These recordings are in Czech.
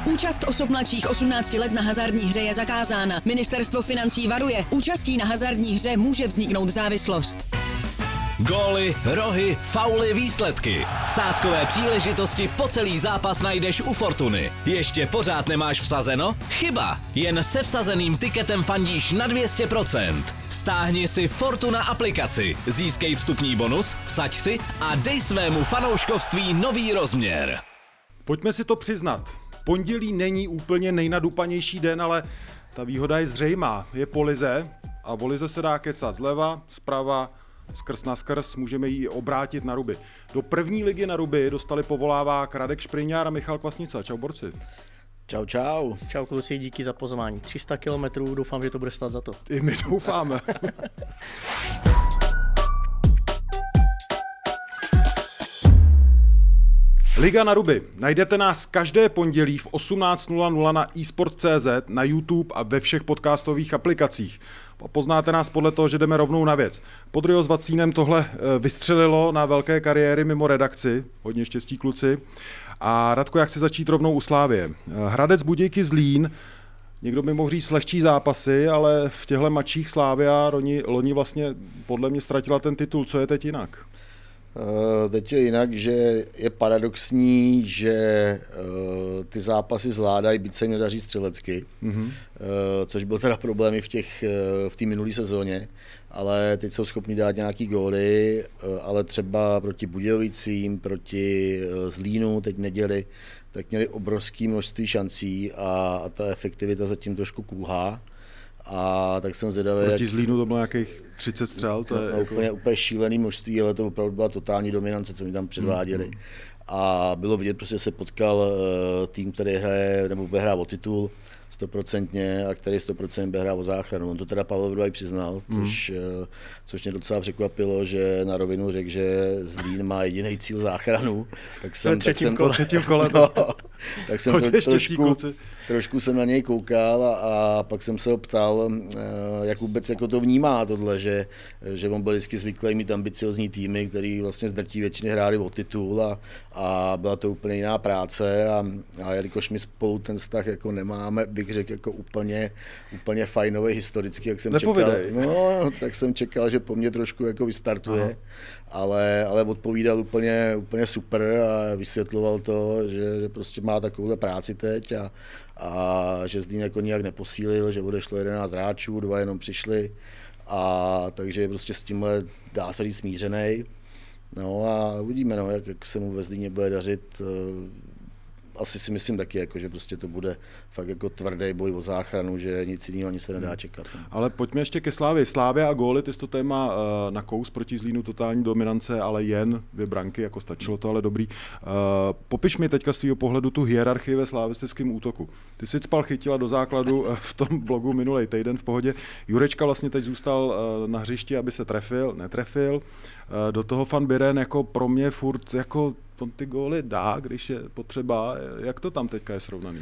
Účast osob mladších 18 let na hazardní hře je zakázána. Ministerstvo financí varuje, účastí na hazardní hře může vzniknout závislost. Góly, rohy, fauly, výsledky. Sázkové příležitosti po celý zápas najdeš u Fortuny. Ještě pořád nemáš vsazeno? Chyba! Jen se vsazeným tiketem fandíš na 200%. Stáhni si Fortuna aplikaci, získej vstupní bonus, vsaď si a dej svému fanouškovství nový rozměr. Pojďme si to přiznat. Pondělí není úplně nejnadupanější den, ale ta výhoda je zřejmá. Je po lize a o lize se dá kecat zleva, zprava, skrz na skrz, můžeme ji obrátit na ruby. Do první ligy na ruby dostali povolávák Radek Špriňár a Michal Kvasnica. Čau borci. Čau, čau. Čau kluci, díky za pozvání. 300 kilometrů, doufám, že to bude stát za to. I my doufáme. Liga na ruby. Najdete nás každé pondělí v 18:00 na eSport.cz, na YouTube a ve všech podcastových aplikacích. Poznáte nás podle toho, že jdeme rovnou na věc. Pod Rio s Vacínem tohle vystřelilo na velké kariéry mimo redakci. Hodně štěstí kluci. A Radko, jak chci začít rovnou u Slávie. Hradec Budějky Zlín. Někdo by mohl říct lehčí zápasy, ale v těchto matčích Slávia loni vlastně podle mě ztratila ten titul. Co je teď jinak? Teď je jinak, že je paradoxní, že ty zápasy zvládají, byť se jim nedaří střelecky, což byl teda problémy v té minulé sezóně, ale teď jsou schopni dát nějaký góly, ale třeba proti Budějovicím, proti Zlínu, teď v neděli, tak měli obrovské množství šancí a ta efektivita zatím trošku kulhá. A tak jsem zvědavý, proti Zlínu to bylo nějakých 30 střel, to je úplně šílený množství, ale to opravdu byla totální dominance, co mi tam předváděli. A bylo vidět, prostě se potkal tým, který hraje nebo bude hrát o titul 100% a který 100% bude hrát o záchranu. On to teda Pavel Vrubaj přiznal, což mě docela překvapilo, že na rovinu řekl, že Zlín má jediný cíl záchranu. Tak jsem třetím trošku jsem na něj koukal a pak jsem se ho ptal, jak vůbec jako to vnímá tohle, že on byl vždycky zvyklý mít ambiciozní týmy, který vlastně z drtí většiny hráli o titul a byla to úplně jiná práce a jelikož my spolu ten vztah jako nemáme, bych řekl jako úplně fajnový historicky, jak jsem tak jsem čekal, že po mně trošku jako vystartuje, ale odpovídal úplně super a vysvětloval to, že prostě má takovouhle práci teď a že Zlín jako nijak neposílil, že odešlo 11 hráčů, 2 jenom přišli a takže je prostě s tímhle dá se říct smířenej. No a uvidíme, jak se mu ve Zlíně bude dařit. Asi si myslím taky, jako, že prostě to bude fakt jako tvrdý boj o záchranu, že nic jiného ani se nedá čekat. Ale pojďme ještě ke Slávii. Slávia a góly, ty jsi to téma na kous proti Zlínu, totální dominance, ale jen 2 branky, jako stačilo to, ale dobrý. Popiš mi teďka z tvýho pohledu tu hierarchii ve slavistickém útoku. Ty jsi Cpal chytila do základu v tom blogu minulej týden v pohodě. Jurečka vlastně teď zůstal na hřišti, aby se netrefil. Do toho Van Biren jako pro mě furt jako on ty góly dá, když je potřeba. Jak to tam teďka je srovnaný?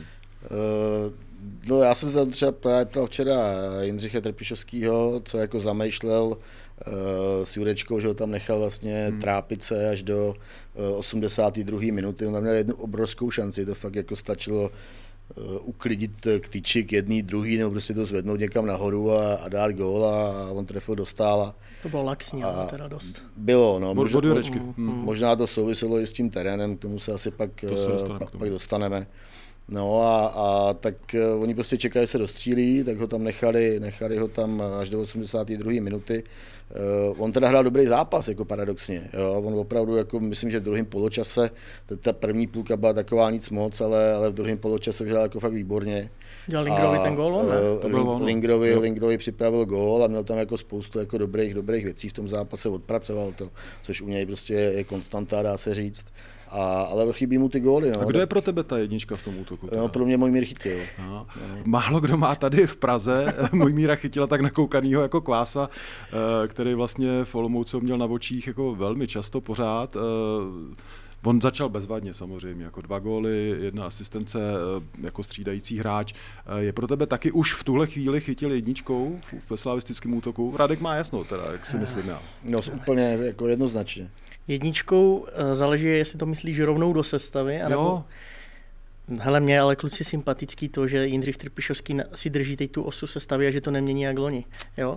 Já jsem se třeba ptal včera Jindřicha Trpišovského, co jako zamýšlel s Jurečkou, že ho tam nechal vlastně trápit se až do 82. minuty. On tam měl jednu obrovskou šanci, to fakt jako stačilo uklidit k tyči, k jedný, druhý, nebo prostě to zvednout někam nahoru a dát gól a on trefil do stála. To bylo laxní, ale teda dost. Bylo, možná to souviselo i s tím terénem, k tomu se asi pak dostaneme. No a tak oni prostě čekají, se dostřílí, tak ho tam nechali ho tam až do 82. minuty. On teda hrál dobrý zápas, jako paradoxně. Jo? On opravdu, jako myslím, že v druhém poločase, ta první půlka byla taková nic moc, ale v druhém poločase hrál jako fakt výborně. Dělal Lingrovi ten gól, ne? Lingrovi připravil gól a měl tam jako spoustu jako dobrých věcí v tom zápase, odpracoval to, což u něj prostě je konstanta, dá se říct. Ale chybí mu ty góly. A kdo je pro tebe ta jednička v tom útoku? Pro mě Mojmír Chytil. Málo kdo má tady v Praze Mojmíra Chytila tak nakoukanýho jako Kvása, který vlastně v Olomouci měl na očích jako velmi často pořád. On začal bezvadně samozřejmě, jako 2 góly, 1 asistence jako střídající hráč. Je pro tebe taky už v tuhle chvíli Chytil jedničkou ve slavistickém útoku? Radek má jasno, teda, jak si myslím já. No úplně jako jednoznačně. Jedničkou záleží, jestli to myslíš rovnou do sestavy, anebo... Hele, mě ale kluci sympatický to, že Jindřich Trpišovský si drží teď tu osu sestavy a že to nemění jak loni. Jo?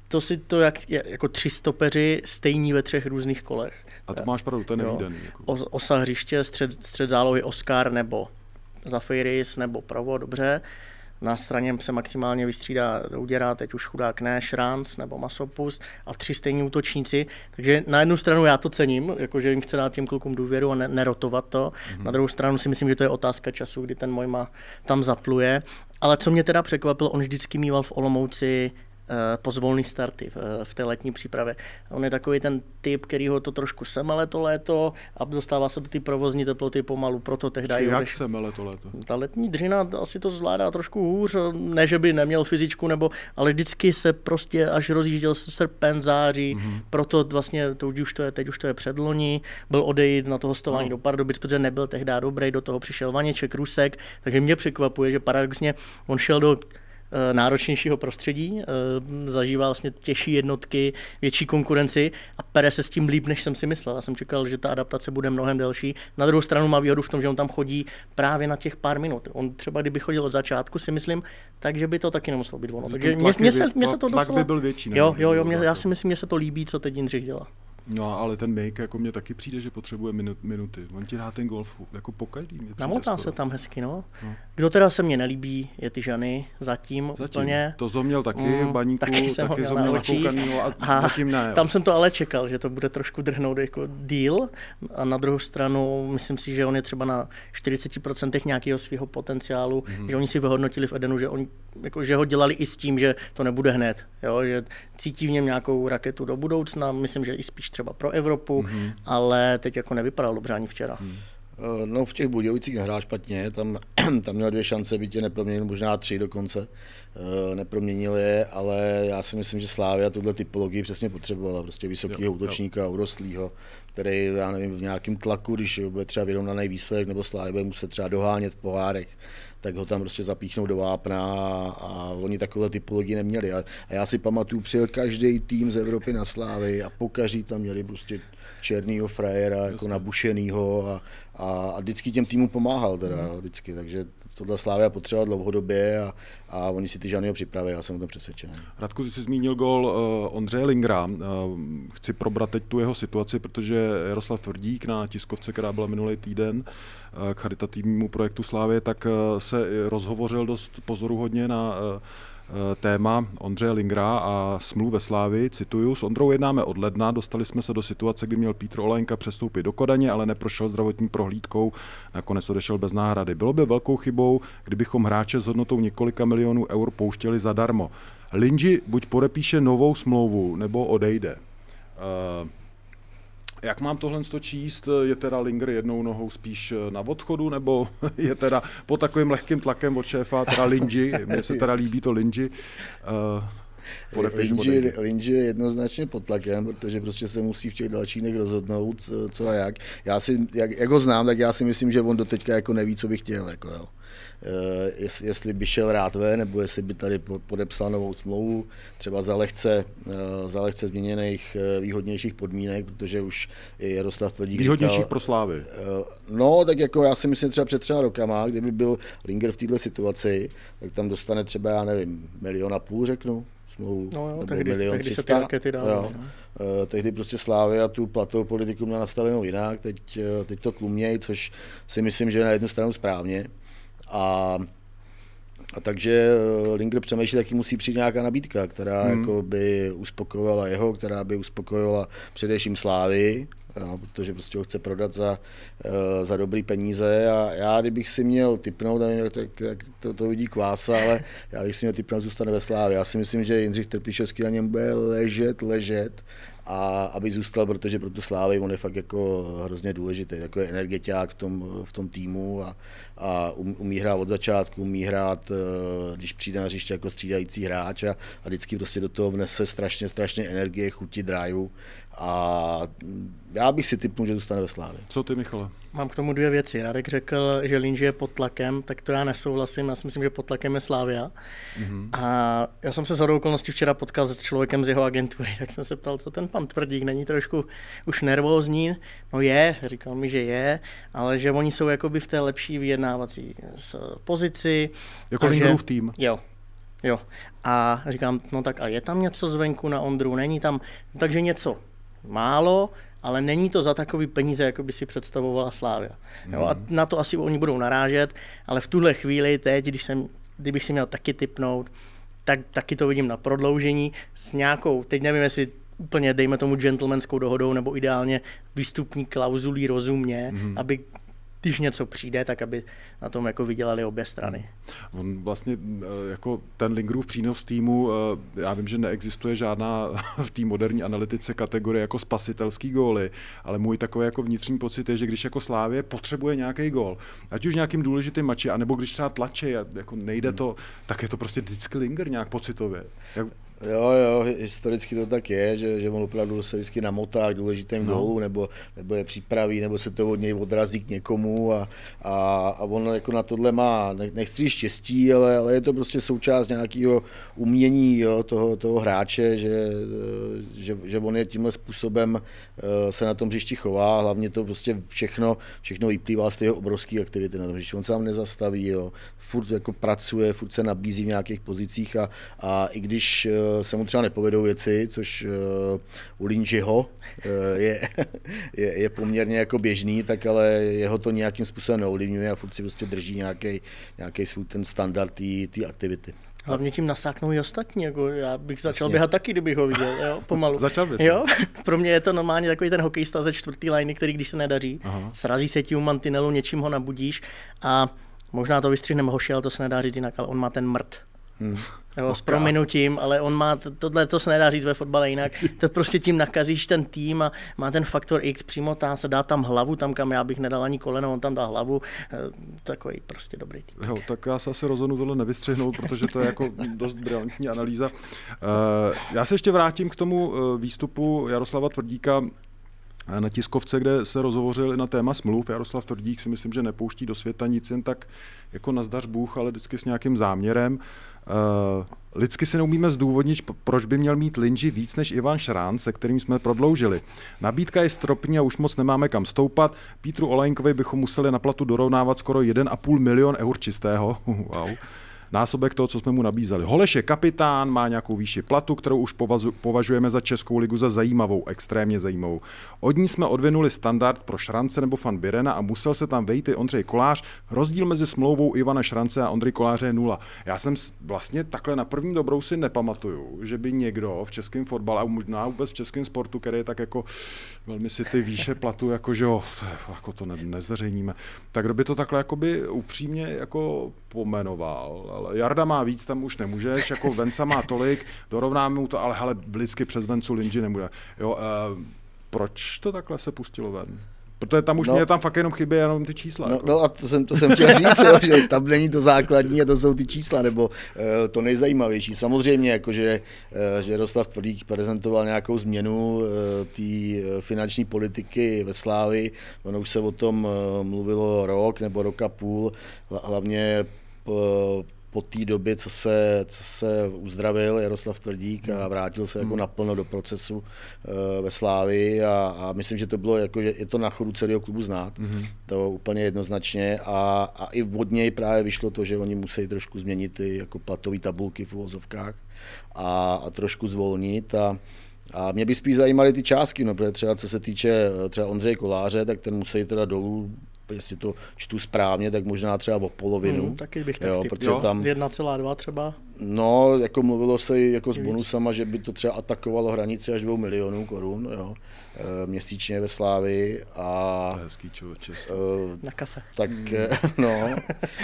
To jako 3 stopeři stejní ve 3 různých kolech. A to máš pravdu, to je nevídaný. Jako. Osa hřiště, střed zálohy Oskar nebo Zafiris nebo Provo, dobře. Na straně se maximálně vystřídá Douděra, teď už chudák ne, Šranc nebo Masopust a 3 stejní útočníci. Takže na jednu stranu já to cením, jakože jim chce dát těm klukům důvěru a nerotovat to. Na druhou stranu si myslím, že to je otázka času, kdy ten Mojma tam zapluje. Ale co mě teda překvapilo, on vždycky mýval v Olomouci pozvolný starty v té letní přípravě. On je takový ten typ, který ho to trošku semele to léto a dostává se do ty provozní teploty pomalu, proto tehdy... Jak semele to léto? Ta letní dřina asi to zvládá trošku hůř, ne, že by neměl fyzičku, ale vždycky se prostě až rozjížděl se srpen, září, proto vlastně teď už to je předloni, byl odejít na to hostování do Pardubic, protože nebyl tehdy dobrý, do toho přišel Vaněček, Rusek, takže mě překvapuje, že paradoxně on šel do náročnějšího prostředí, zažívá vlastně těžší jednotky, větší konkurenci a pere se s tím líp, než jsem si myslel. Já jsem čekal, že ta adaptace bude mnohem delší. Na druhou stranu má výhodu v tom, že on tam chodí právě na těch pár minut. On třeba, kdyby chodil od začátku, si myslím, takže by to taky nemuselo být ono. Takže mně se to docela... by byl větší. Já si myslím, že se to líbí, co teď Jindřich dělá. No, ale ten Make jako mně taky přijde, že potřebuje minuty. On ti dá ten golf jako pokaždý. Namotá se tam hezky, no. Kdo teda se mně nelíbí, je Tyžany zatím úplně. To Zoměl taky, Baníku, taky Zoměl nakoukanýho a zatím ne. Tam jsem to ale čekal, že to bude trošku drhnout jako deal. A na druhou stranu, myslím si, že on je třeba na 40% nějakého svého potenciálu, že oni si vyhodnotili v Edenu, že ho dělali i s tím, že to nebude hned. Jo? Že cítí v něm nějakou raketu do budoucna, myslím, že i spíš třeba pro Evropu, ale teď jako nevypadal dobře ani včera. No v těch Budějovicích nehrál špatně, tam měl 2 šance, by tě neproměnil, možná 3 dokonce, neproměnil je, ale já si myslím, že Slavia tuhle typologii přesně potřebovala, prostě vysokýho útočníka, urostlýho, který, já nevím, v nějakém tlaku, když bude třeba vyrovnaný výsledek, nebo Slavia bude muset třeba dohánět v pohárech, tak ho tam prostě zapíchnou do vápna a oni takovou typologii neměli. A já si pamatuju, přijel každý tým z Evropy na Slávy a pokaždý tam měli prostě černýho frajera, jako nabušenýho a vždycky těm týmům pomáhal teda, vždycky, takže tohle Slavia potřebovala dlouhodobě a oni si ty Žanyho připraví, já jsem o tom přesvědčený. Radku, ty jsi zmínil gól Ondřeje Lingra. Chci probrat teď tu jeho situaci, protože Jaroslav Tvrdík na tiskovce, která byla minulý týden k charitativnímu projektu Slávie, tak se rozhovořil dost pozoruhodně na téma Ondřeje Lingra a smluv ve Slávii, cituju, s Ondrou jednáme od ledna, dostali jsme se do situace, kdy měl Pítr Olajnka přestoupit do Kodaně, ale neprošel zdravotní prohlídkou, nakonec odešel bez náhrady. Bylo by velkou chybou, kdybychom hráče s hodnotou několika milionů eur pouštěli zadarmo. Linži buď podepíše novou smlouvu, nebo odejde. Jak mám tohle číst? Je teda Linger jednou nohou spíš na odchodu, nebo je teda pod takovým lehkým tlakem od šéfa teda Linži? Mně se teda líbí to Linži. Linži je jednoznačně pod tlakem, protože prostě se musí v těch dalších dnech rozhodnout, co a jak. Jak ho znám, tak já si myslím, že on doteďka jako neví, co by chtěl. Jako, jo. Jestli by šel rád ven, nebo jestli by tady podepsal novou smlouvu, třeba za lehce změněných výhodnějších podmínek, protože už Jaroslav Tvrdík výhodnějších říkal, pro Slávy. No, tak jako já si myslím třeba před 3 rokama, kdyby byl Linger v této situaci, tak tam dostane třeba, já nevím, 1,5 milionu, řeknu. Smlouvu, no jo, tehdy 1,3 se ty rakety dávaly. Tehdy prostě Slavia tu platovou politiku měla nastavenou jinak, teď to tlumějí, což si myslím, že je na jednu stranu správně. A takže Linger přemýšlí, taky musí přijít nějaká nabídka, která jako by uspokojovala jeho, která by uspokojovala především Slávii, protože prostě ho chce prodat za dobrý peníze a já, kdybych si měl tipnout, nevím, jak to vidí Kvása, ale já bych si měl tipnout, zůstane ve Slávii. Já si myslím, že Jindřich Trpišovský na něm bude ležet a aby zůstal, protože pro tu Slávii on je fakt jako hrozně důležitý, jako je energetiák v tom týmu a umí hrát od začátku, umí hrát, když přijde na hřiště jako střídající hráč a vždycky prostě do toho vnese strašně energie, chuti, driveu A já bych si tipnul, že zůstane ve Slávii. Co ty, Michale? Mám k tomu dvě věci. Radek řekl, že Linži je pod tlakem, tak to já nesouhlasím. Já si myslím, že pod tlakem je Slavia. A já jsem se shodou okolností včera potkal s člověkem z jeho agentury, tak jsem se ptal, co ten pan Tvrdík, není trošku už nervózní? No je, říkal mi, že je, ale že oni jsou jakoby v té lepší vyjednávací pozici. Jako Lingerův tým. Jo. A říkám, no tak a je tam něco zvenku na Ondru? Není tam, no, takže něco málo, ale není to za takový peníze, jako by si představovala Slavia. Jo, a na to asi oni budou narážet, ale v tuhle chvíli teď, kdybych si měl taky tipnout, tak taky to vidím na prodloužení s nějakou, teď nevím, jestli úplně dejme tomu gentlemanskou dohodou, nebo ideálně výstupní klauzulí rozumně, aby když něco přijde, tak aby na tom jako vydělali obě strany. On vlastně jako ten Lingerův přínos týmu, já vím, že neexistuje žádná v té moderní analytice kategorie jako spasitelský góly, ale můj takový jako vnitřní pocit je, že když jako Slavie potřebuje nějaký gól, ať už nějakým důležitým mači, anebo když třeba tlačí a jako nejde to, tak je to prostě vždycky Linger nějak pocitově. Jo, historicky to tak je, že on opravdu se vždycky namotá k důležitým gólu, nebo je připraví, nebo se to od něj odrazí k někomu a on jako na tohle má, nechci říct štěstí, ale je to prostě součást nějakého umění toho hráče, že on je tímhle způsobem se na tom hřišti chová, hlavně to prostě všechno vyplývá z té obrovské aktivity na tom hřišti. On se tam nezastaví, furt jako pracuje, furt se nabízí v nějakých pozicích a i když se mu třeba nepovedou věci, což u Linžiho je poměrně jako běžný, tak ale jeho to nějakým způsobem neovlivňuje a furt si prostě drží nějaký svůj ten standard té aktivity. Hlavně tím nasáknou i ostatní, jako já bych začal běhat taky, kdybych ho viděl, jo, pomalu. Začal bys. Jo, pro mě je to normálně takový ten hokejista ze čtvrtý liney, který když se nedaří, srazí se ti u mantinelu, něčím ho nabudíš a možná to vystřihneme hoši, ale to se nedá říct jinak, ale on má ten mrt. Jo, s prominutím, ale on má, tohle to se nedá říct ve fotbale jinak, to prostě tím nakazíš ten tým a má ten faktor X, přimotá se, dá tam hlavu, tam kam já bych nedal ani koleno, on tam dá hlavu, takový prostě dobrý tým. Jo, tak já se asi rozhodnu tohle nevystřihnout, protože to je jako dost brilantní analýza. Já se ještě vrátím k tomu výstupu Jaroslava Tvrdíka na tiskovce, kde se rozhovořili na téma smluv. Jaroslav Tvrdík si myslím, že nepouští do světa nic jen tak jako nazdař Bůh, ale vždycky s nějakým záměrem. Lidsky si neumíme zdůvodnit, proč by měl mít Linži víc než Ivan Šrán, se kterým jsme prodloužili. Nabídka je stropní a už moc nemáme kam stoupat. Pítru Olejnkovi bychom museli na platu dorovnávat skoro 1,5 milion eur čistého. Wow. Násobek toho, co jsme mu nabízeli. Holeš je kapitán, má nějakou výši platu, kterou už považujeme za Českou ligu za zajímavou, extrémně zajímavou. Od ní jsme odvinuli standard pro Šrance nebo Van Birena a musel se tam vejít i Ondřej Kolář. Rozdíl mezi smlouvou Ivana Šrance a Ondřej Koláře je 0. Já jsem vlastně takhle na první dobrou si nepamatuju, že by někdo v českém fotbale a možná vůbec v českém sportu, který je tak jako velmi si ty výše platu, jako že jo, jako to nezveřejníme, tak kdo by to takhle jakoby upřímně jako pomenoval. Ale Jarda má víc, tam už nemůžeš, jako Venca má tolik, dorovnáme mu to, ale hele, vždycky přes Vencu Linži nemůže. Jo, proč to takhle se pustilo ven? Protože tam už mě tam fakt jenom chybí jenom ty čísla. No a to jsem chtěl říct, jo, že tam není to základní a to jsou ty čísla, nebo to nejzajímavější. Samozřejmě, jakože že Jaroslav Tvrdík prezentoval nějakou změnu té finanční politiky ve Slávii. Ono už se o tom mluvilo rok nebo rok a půl, hlavně po té době, co se uzdravil Jaroslav Tvrdík a vrátil se jako naplno do procesu ve Slávii a myslím, že to bylo jako, že je to na chodu celého klubu znát, to úplně jednoznačně a i od něj právě vyšlo to, že oni musí trošku změnit ty jako platové tabulky v uvozovkách a trošku zvolnit a mě by spíš zajímaly ty částky, no, protože třeba co se týče třeba Ondřeje Koláře, tak ten musí teda dolů, jestli to čtu správně, tak možná třeba o polovinu. Taky bych tak tam z 1,2 třeba. No, jako mluvilo se jako s bonusama, že by to třeba atakovalo hranici až 2 milionů korun, jo, měsíčně ve Slávii a to je hezký člověče. Na kafe. Tak no.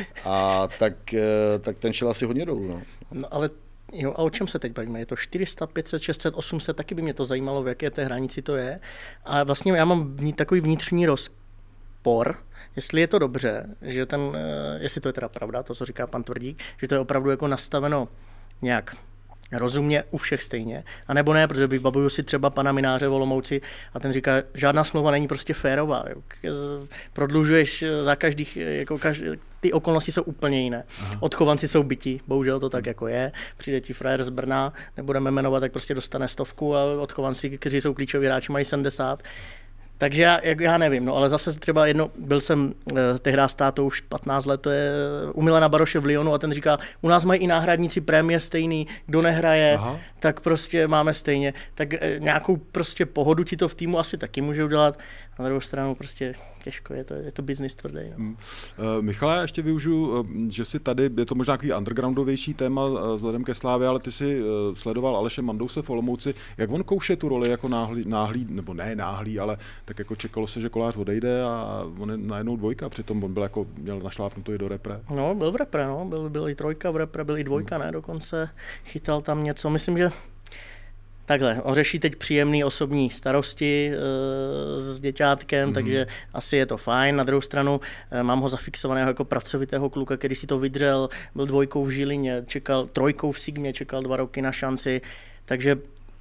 A tak ten šel asi hodně dolů, no. No ale jo, a o čem se teď bavíme? Je to 400, 500, 600, 800, taky by mě to zajímalo, v jaké té hranici to je. A vlastně já mám takový vnitřní rozpor, jestli je to dobře, že jestli to je teda pravda, to, co říká pan Tvrdík, že to je opravdu jako nastaveno nějak rozumně u všech stejně. A nebo ne, protože vybavuju si třeba pana Mináře v Olomouci a ten říká, žádná smlouva není prostě férová. Prodlužuješ za každých, jako ty okolnosti jsou úplně jiné. Odchovanci jsou byti, bohužel to tak jako je. Přijde ti frajer z Brna, nebudeme jmenovat, tak prostě dostane 100 a odchovanci, kteří jsou klíčoví hráči, mají 70. Takže já nevím, no ale zase třeba byl jsem tehdy s tátou už 15 let, to je u Milana Baroše v Lyonu a ten říká, u nás mají i náhradníci prémie stejný, kdo nehraje, tak prostě máme stejně. Tak nějakou prostě pohodu ti to v týmu asi taky může udělat. Na druhou stranu prostě těžko, je to business tvrdý. No. Michale, ještě využiju, že si tady, je to možná takový undergroundovější téma vzhledem ke Slávě, ale ty si sledoval Aleše Mandouse v Olomouci. Jak on kouše tu roli jako náhlý, nebo ne náhlý, ale tak jako čekalo se, že Kolář odejde a on je najednou dvojka, přitom on byl jako, měl našlápnuto i do repre. No, byl v repre, no, byl i trojka v repre, byl i dvojka, ne, dokonce chytal tam něco, myslím, že takhle, on řeší teď příjemný osobní starosti s děťátkem, takže asi je to fajn. Na druhou stranu mám ho zafixovaného jako pracovitého kluka, který si to vydřel, byl dvojkou v Žilině, trojkou v Sigmě, čekal 2 roky na šanci, takže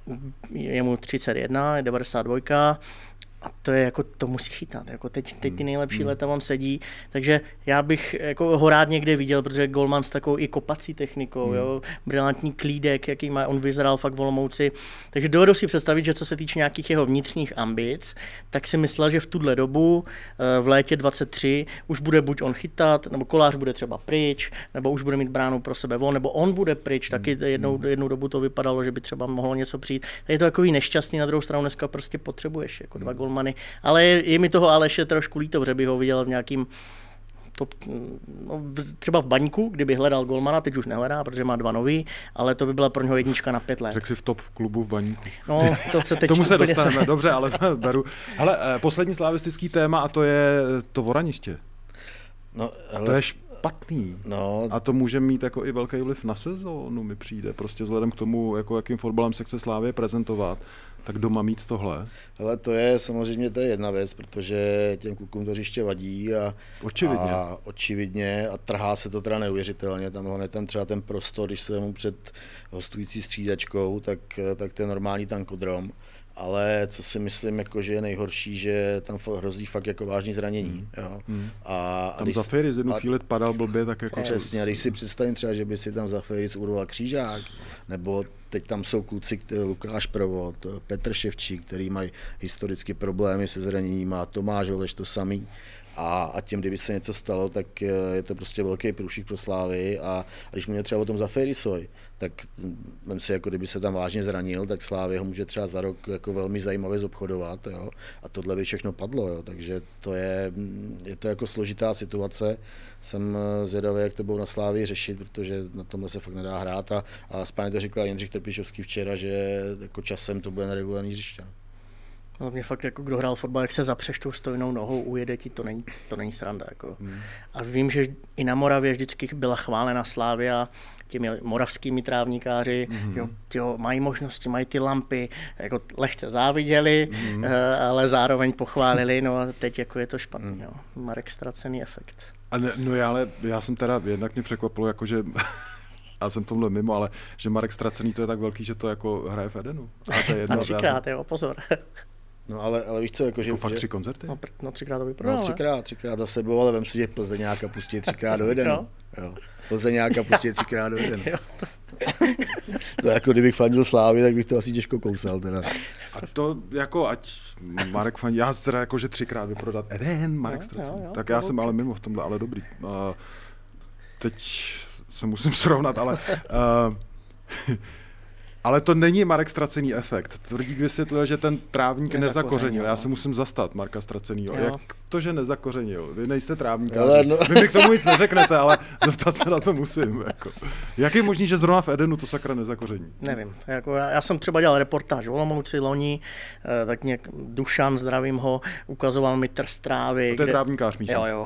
je mu 31, je 92. A to je jako, to musí chytat, jako teď ty nejlepší leta on sedí, takže já bych jako ho rád někde viděl, protože golman s takovou i kopací technikou, jo, brilantní klídek, jaký má, on vyzral fakt v Olomouci, takže dovedu si představit, že co se týče nějakých jeho vnitřních ambic, tak si myslel, že v tuhle dobu, v létě 23, už bude buď on chytat, nebo Kolář bude třeba pryč, nebo už bude mít bránu pro sebe on, nebo on bude pryč, taky jednou dobu to vypadalo, že by třeba mohlo něco přijít. Je to takový nešťastný, na druhou stranu dneska prostě potřebuješ jako 2 golmany, ale je mi toho Aleše trošku líto, protože bych ho viděl v nějakým top, no, třeba v Baníku, kdyby hledal golmana, teď už nehledá, protože má 2 nový, ale to by byla pro něho 1 na 5 let. Řekl jsi v top klubu v Baníku. No, to se teď tomu se dostaneme, dobře, ale beru. Hele, poslední slavistický téma a to je to Voraniště. No, hele, to je špatný. No. A to může mít jako i velký vliv na sezónu, mi přijde. Prostě vzhledem k tomu, jako jakým fotbalem se chce Slávě prezentovat, tak doma mít tohle. Hele, to je samozřejmě to je jedna věc, protože těm klukům to hřiště vadí a očividně a trhá se to teda neuvěřitelně. Tam je ten třeba ten prostor, když se mu před hostující střídačkou, tak to je normální tankodrom. Ale co si myslím, jako, že je nejhorší, že tam hrozí fakt jako vážný zranění. Jo. A tam Zafiris jednu chvíli padal blbě, tak jako... Přesně, když si představím třeba, že by si tam Zafiris urval křížák, nebo teď tam jsou kluci, Lukáš Provod, Petr Ševčík, který mají historicky problémy se zraněním, a Tomáš Holeš to samý. A tím, kdyby se něco stalo, tak je to prostě velký průšvih pro Slávy a když mluvíme třeba o tom Zafirisovi, tak vem si, jako kdyby se tam vážně zranil, tak Slávy ho může třeba za rok jako velmi zajímavě zobchodovat, jo? A tohle by všechno padlo, jo? Takže je to jako složitá situace. Jsem zvědavý, jak to budou na Slávii řešit, protože na tomhle se fakt nedá hrát a správně to říkal Jindřich Trpišovský včera, že jako časem to bude neregulární hřiště. Hlavně fakt, jako kdo hrál fotbal, jak se zapřeš tou stojnou nohou, ujede ti, to není sranda. Jako. A vím, že i na Moravě vždycky byla chválena Slavia těmi moravskými trávníkáři, jo, mají možnosti, mají ty lampy, jako lehce záviděli, ale zároveň pochválili, no a teď jako je to špatný, jo. Marek ztracený efekt. Ale já jsem teda, jednak mě překvapilo, jakože já jsem tomhle mimo, ale že Marek ztracený to je tak velký, že to jako hraje v Edenu. A to je jedno. A 3krát, jo, pozor. No ale víš co, jako, že... fakt 3 koncerty? No 3krát to vyprodal, no, 3krát za sebou, ale vem si, že Plzeňáka pustí 3krát do Edenu. Jo. Plzeňáka pustí 3krát do Edenu. To jako kdybych fandil Slávy, tak bych to asi těžko kousal teda. A to jako, ať Marek fandí, já teda jako, že 3krát vyprodat Eden, Marek ztracený. Tak já jsem ale mimo v tomhle, ale dobrý. Teď se musím srovnat, ale... Ale to není Marek ztracený efekt. Tvrdík vysvětlil, že ten trávník nezakořenil. Já se musím zastat Marka ztracenýho. Jak to, že nezakořenil? Vy nejste trávník. Vy mi k tomu nic neřeknete, ale zeptat se na to musím. Jako. Jak je možný, že zrovna v Edenu to sakra nezakoření? Nevím. Jako já jsem třeba dělal reportáž v Olomouci loni, tak nějak Dušan, zdravím ho, ukazoval mi trst trávy. To je trávníkář, míšen. Jo.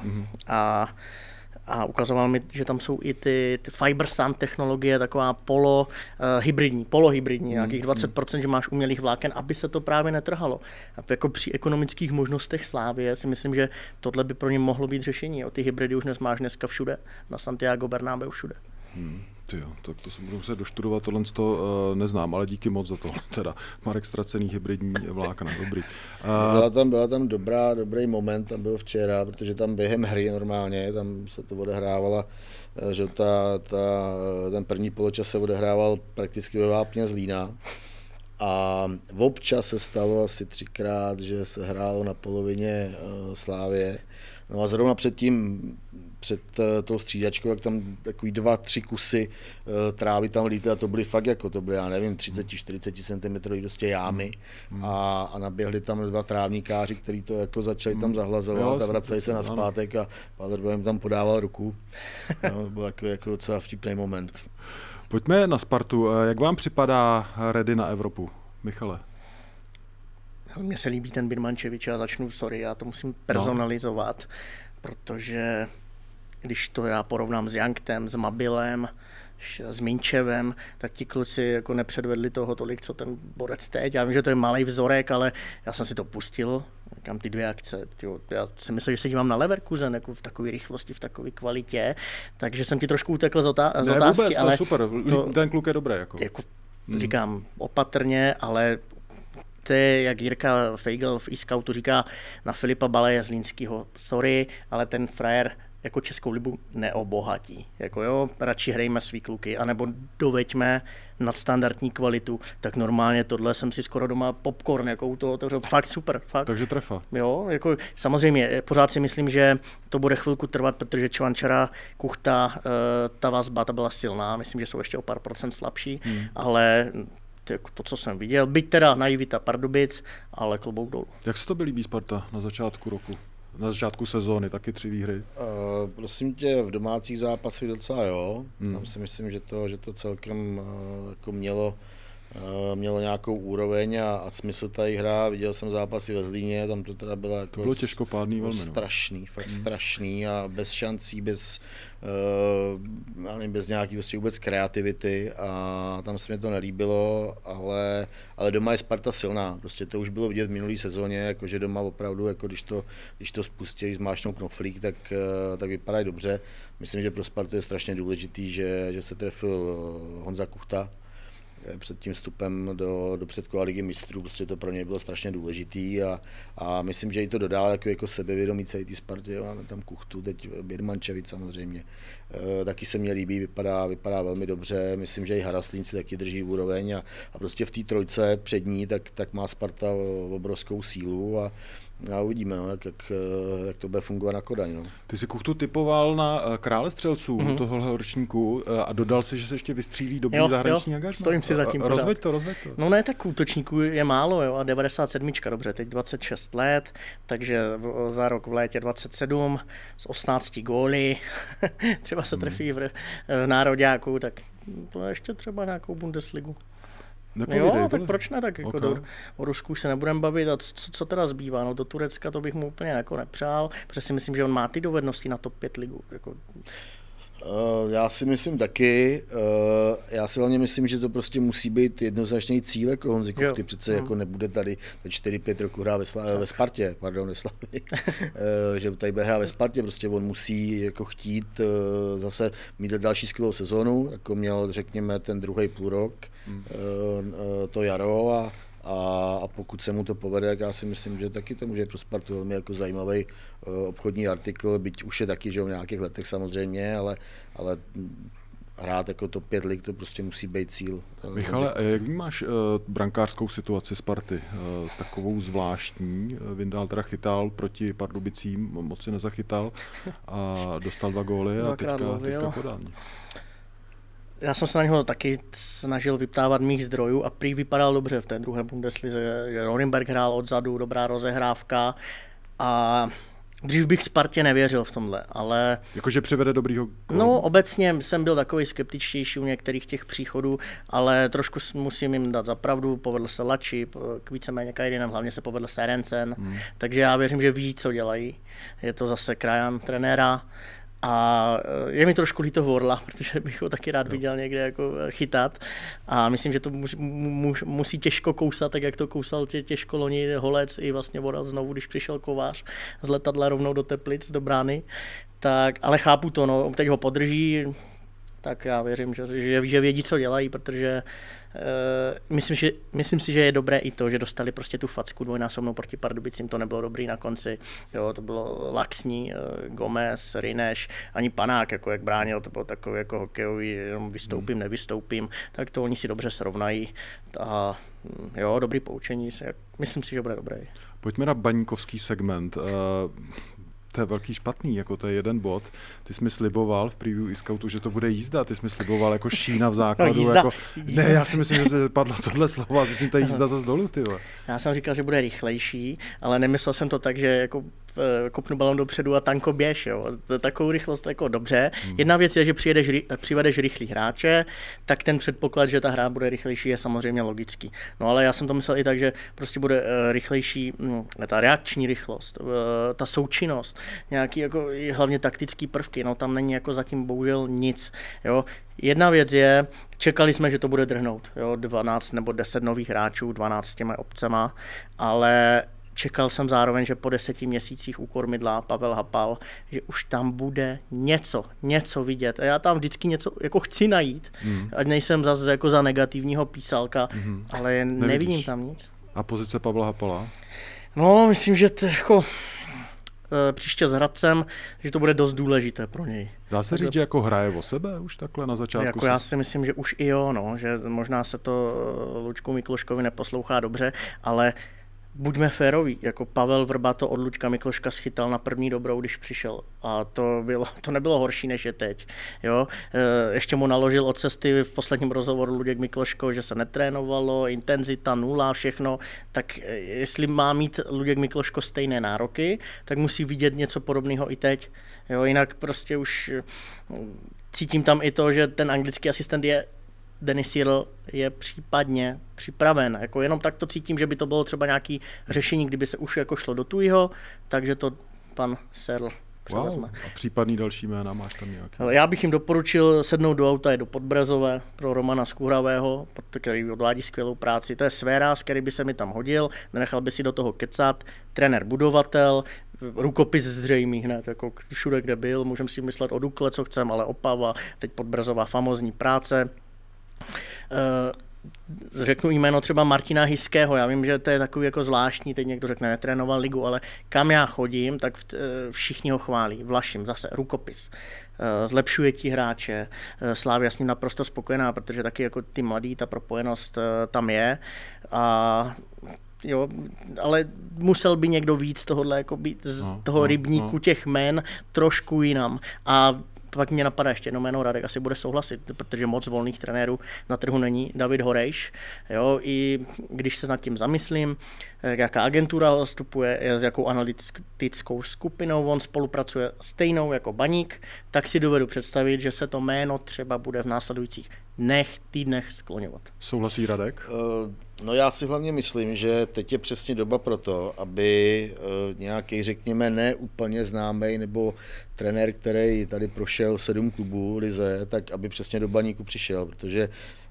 A ukazoval mi, že tam jsou i ty Fiber Sand technologie, taková polohybridní, nějakých 20%, že máš umělých vláken, aby se to právě netrhalo. A jako při ekonomických možnostech Slávie si myslím, že tohle by pro ně mohlo být řešení. Ty hybridy už máš dneska všude, na Santiago Bernabéu všude. Tyjo, tak to se budu muset doštudovat, tohle to neznám, ale díky moc za to. Teda Marek Ztracený hybridní vlákna, dobrý. Byla tam dobrý moment, tam byl včera, protože tam během hry normálně, tam se to odehrávala, že ten první poločas se odehrával prakticky ve Vápně Zlína. A občas se stalo asi 3krát, že se hrálo na polovině Slávie. No a zrovna před tou střídačkou, jak tam takový 2-3 kusy trávy tam lítaly a to byly fakt jako, to byly, já nevím, 30-40 cm prostě jámy a naběhli tam 2 trávníkáři, kteří to jako začali tam zahlazovat a vraceli se nazpátek a Paderborn jim tam podával ruku. No, byl jako docela vtipný moment. Pojďme na Spartu. Jak vám připadá ready na Evropu, Michale? Mně se líbí ten Birmančevič, já to musím personalizovat, protože když to já porovnám s Janktem, s Mabilem, s Minčevem, tak ti kluci jako nepředvedli toho tolik, co ten borec teď. Já vím, že to je malý vzorek, ale já jsem si to pustil, kam ty 2 akce. Já si myslím, že se dívám na Leverkusen jako v takové rychlosti, v takové kvalitě, takže jsem ti trošku utekl z otázky. Vůbec, ale super, ten kluk je dobrý. Jako říkám opatrně, ale jak Jirka Feigl v e-scoutu říká na Filipa Baleje z Línského, sorry, ale ten frajer jako Českou ligu neobohatí. Jako jo, radši hrajme svý kluky, anebo doveďme nadstandardní kvalitu, tak normálně tohle jsem si skoro doma popcorn jako u toho otevřel. Fakt super. Fakt. Takže trefa. Jo, jako samozřejmě, pořád si myslím, že to bude chvilku trvat, protože Čvančara, Kuchta, ta vazba, ta byla silná, myslím, že jsou ještě o pár procent slabší, ale to, co jsem viděl, byť teda naivita Pardubic, ale klobouk dolů. Jak se to líbí Sparta na začátku roku? Na začátku sezóny taky 3 výhry? Prosím tě, v domácích zápasech docela jo. Tam si myslím, že to celkem jako mělo nějakou úroveň a smysl tady hra. Viděl jsem zápasy ve Zlíně, tam to teda bylo jako... To bylo těžkopádný velmi. Strašný, fakt strašný a bez šancí, bez nějaký prostě vůbec kreativity a tam se mi to nelíbilo, ale doma je Sparta silná. Prostě to už bylo vidět v minulý sezóně, jakože doma opravdu, jako když to spustí, když zmáčnou knoflík, tak vypadají dobře. Myslím, že pro Spartu je strašně důležitý, že se trefil Honza Kuchta před tím vstupem do předkola Ligy mistrů, prostě to pro něj bylo strašně důležitý a myslím, že i to dodává takový jako sebevědomí celý té Spartě. Máme tam Kuchtu, teď Birmančevič samozřejmě. Taky se mně líbí, vypadá velmi dobře, myslím, že i Haraslín si taky drží úroveň a prostě v té trojce před ní, tak má Sparta obrovskou sílu a uvidíme, no, jak to bude fungovat na Kodaň. No. Ty jsi Kuchtu typoval na krále střelců tohohle ročníku a dodal si, že se ještě vystřílí dobrý zahraniční angažmá. Stojím si zatím pořád. Rozveď to. No ne, tak útočníků je málo, jo, a 97, dobře, teď 26 let, takže za rok v létě 27 z 18 góly, třeba se trefí v nároďáku, tak to je ještě třeba nějakou Bundesligu. Jo, tak proč ne, tak jako o Rusku už se nebudeme bavit a co teda zbývá, no do Turecka to bych mu úplně jako nepřál, protože si myslím, že on má ty dovednosti na top 5 ligu. Jako. Já si myslím taky, já si hlavně myslím, že to prostě musí být jednoznačný cíl jako Honzi Kuchty, přece jako nebude tady 4-5 roku hrát ve Spartě, ve Slavii, že tady bude hrát ve Spartě, prostě on musí jako chtít zase mít další skvělou sezónu, jako měl řekněme ten druhý půlrok, to jaro a pokud se mu to povede, tak já si myslím, že taky to může být pro Spartu velmi jako zajímavý obchodní artikl, byť už je taky, že v nějakých letech samozřejmě, ale hrát jako top 5 lig, to prostě musí být cíl. Michale, jak vnímáš brankářskou situaci Sparty? Takovou zvláštní. Vindál teda chytal proti Pardubicím, moc si nezachytal a dostal 2 góly a teďka podání. Já jsem se na něho taky snažil vyptávat mých zdrojů a prý vypadal dobře v té druhé Bundeslize, že Norimberg hrál odzadu, dobrá rozehrávka a dřív bych Spartě nevěřil v tomhle, ale... Jakože přivede dobrýho gólu? No, obecně jsem byl takový skeptičtější u některých těch příchodů, ale trošku musím jim dát za pravdu, povedl se Lači, víceméně Kajrinen, hlavně se povedl Serencen, takže já věřím, že ví, co dělají. Je to zase krajan trenéra. A je mi trošku líto Vorla, protože bych ho taky rád viděl někde jako chytat. A myslím, že to musí těžko kousat, tak jak to kousal těžko loni Holec i vlastně Vorel znovu, když přišel Kovář z letadla rovnou do Teplic, do brány. Tak, ale chápu to, no, teď ho podrží, tak já věřím, že vědí, co dělají, protože myslím si, že je dobré i to, že dostali prostě tu facku dvojnásobnou proti Pardubicím, to nebylo dobrý na konci, jo, to bylo laxní, Gomez, Rineš, ani Panák, jako jak bránil, to bylo takový jako hokejový, jenom vystoupím, nevystoupím, tak to oni si dobře srovnají a jo, dobrý poučení, myslím si, že bude dobrý. Pojďme na baníkovský segment. To je velký špatný, jako to je jeden bod. Ty jsi mi sliboval v preview e-scoutu, že to bude jízda, ty jsi mi sliboval jako šína v základu. No, jízda. Ne, já si myslím, že se padlo tohle slovo a zatím ta jízda zase dolů, ty vole. Já jsem říkal, že bude rychlejší, ale nemyslel jsem to tak, že jako kopnu balon dopředu a tanko běž, jo. Takovou rychlost jako dobře. Jedna věc je, že přivedeš rychlý hráče, tak ten předpoklad, že ta hra bude rychlejší, je samozřejmě logický. No ale já jsem to myslel i tak, že prostě bude rychlejší ta reakční rychlost, ta součinnost, nějaký jako hlavně taktický prvky, no tam není jako zatím bohužel nic, jo. Jedna věc je, čekali jsme, že to bude drhnout, jo, 12 nebo 10 nových hráčů, 12 s těmi obcema, ale čekal jsem zároveň, že po 10 měsících u kormidla Pavel Hapal, že už tam bude něco vidět. A já tam vždycky něco jako chci najít, ať nejsem zase jako za negativního písalka, ale nevidím tam nic. A pozice Pavla Hapala? No, myslím, že to jako příště s Hradcem, že to bude dost důležité pro něj. Dá se říct, že jako hraje o sebe už takhle na začátku? Jako já si myslím, že už i jo, no, že možná se to Luďku Mikloškovi neposlouchá dobře, ale buďme féroví, jako Pavel Vrba to od Luďka Mikloška schytal na první dobrou, když přišel. A to nebylo horší, než je teď. Jo? Ještě mu naložil od cesty v posledním rozhovoru Luděk Mikloško, že se netrénovalo, intenzita, nula, všechno. Tak jestli má mít Luděk Mikloško stejné nároky, tak musí vidět něco podobného i teď. Jo? Jinak prostě už cítím tam i to, že ten anglický asistent Denis Searle je případně připraven. Jako jenom tak to cítím, že by to bylo třeba nějaké řešení, kdyby se už jako šlo do tujího, takže to pan Searle převezme. Wow. A případný další jména máš tam nějaký? Já bych jim doporučil sednout do auta i do Podbrezové pro Romana Skuhravého, který odvádí skvělou práci. To je sféra, z který by se mi tam hodil, nenechal by si do toho kecat, trenér budovatel, rukopis zřejmý hned, jako všude, kde byl, můžeme si myslet o Dukle, co chcem, ale Opava, teď Podbrezová famózní práce. Řeknu jméno třeba Martina Hyského, já vím, že to je takový jako zvláštní, teď někdo řekne, netrénoval ligu, ale kam já chodím, tak všichni ho chválí. Vlašim zase rukopis, zlepšuje ti hráče, Slavia s ním naprosto spokojená, protože taky jako ty mladí, ta propojenost tam je a jo, ale musel by někdo víc tohohle, jako být z toho rybníku těch jmen trošku jinam. A pak mě napadá ještě jedno jméno, Radek asi bude souhlasit, protože moc volných trenérů na trhu není, David Horejš. Jo, i když se nad tím zamyslím, jaká agentura ho zastupuje, s jakou analytickou skupinou on spolupracuje stejnou jako Baník, tak si dovedu představit, že se to jméno třeba bude v následujících týdnech skloňovat. Souhlasí Radek? No já si hlavně myslím, že teď je přesně doba pro to, aby nějaký, řekněme, ne úplně známý nebo trenér, který tady prošel 7 klubů lize, tak aby přesně do Baníku přišel, protože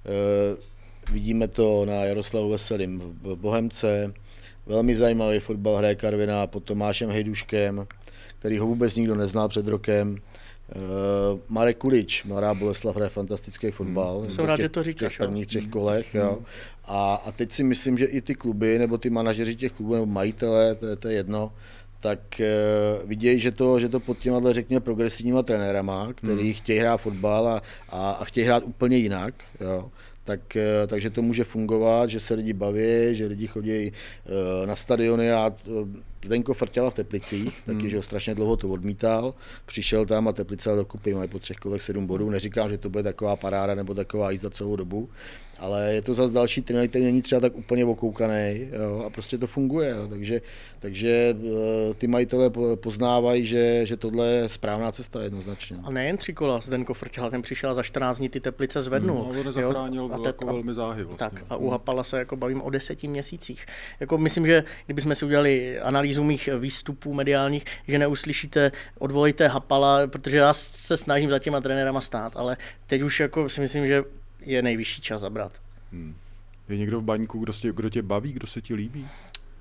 vidíme to na Jaroslavu Veselým v Bohemce, velmi zajímavý fotbal hraje Karviná pod Tomášem Hejduškem, který ho vůbec nikdo neznal před rokem. Marek Kulič, Mladá Boleslav, hraje fantastický fotbal. Jsem rád, že to říkáš. V těch prvních 3 kolech. Jo. A teď si myslím, že i ty kluby, nebo ty manažeři těch klubů, nebo majitele, to je jedno, tak vidějí, že to pod těma, řekněme, progresivníma trenérama, který chtějí hrát fotbal a chtějí hrát úplně jinak. Jo. Takže to může fungovat, že se lidi baví, že lidi chodí na stadiony a Zdenko Frťala v Teplicích, taky, že ho strašně dlouho to odmítal, přišel tam a Teplice dokupy, mají po 3 kolech 7 bodů, neříkám, že to bude taková paráda nebo taková jízda celou dobu, ale je to zase další trenér, který není třeba tak úplně okoukaný, jo, a prostě to funguje, jo, takže ty majitelé poznávají, že tohle je správná cesta jednoznačně. A nejen 3 kola, Zdenko Frťala, ten přišel za 14 dní ty Teplice zvednul. On nezachránil jako velmi záhy vlastně. Tak a u Hapala se jako bavím o 10 měsících. Jako myslím, že kdybychom si udělali analýzu mých výstupů mediálních, že neuslyšíte, odvolejte Hapala, protože já se snažím za těma trenérama stát, ale teď už jako si myslím, že je nejvyšší čas zabrat. Je někdo v Baníku, kdo tě baví, kdo se ti líbí?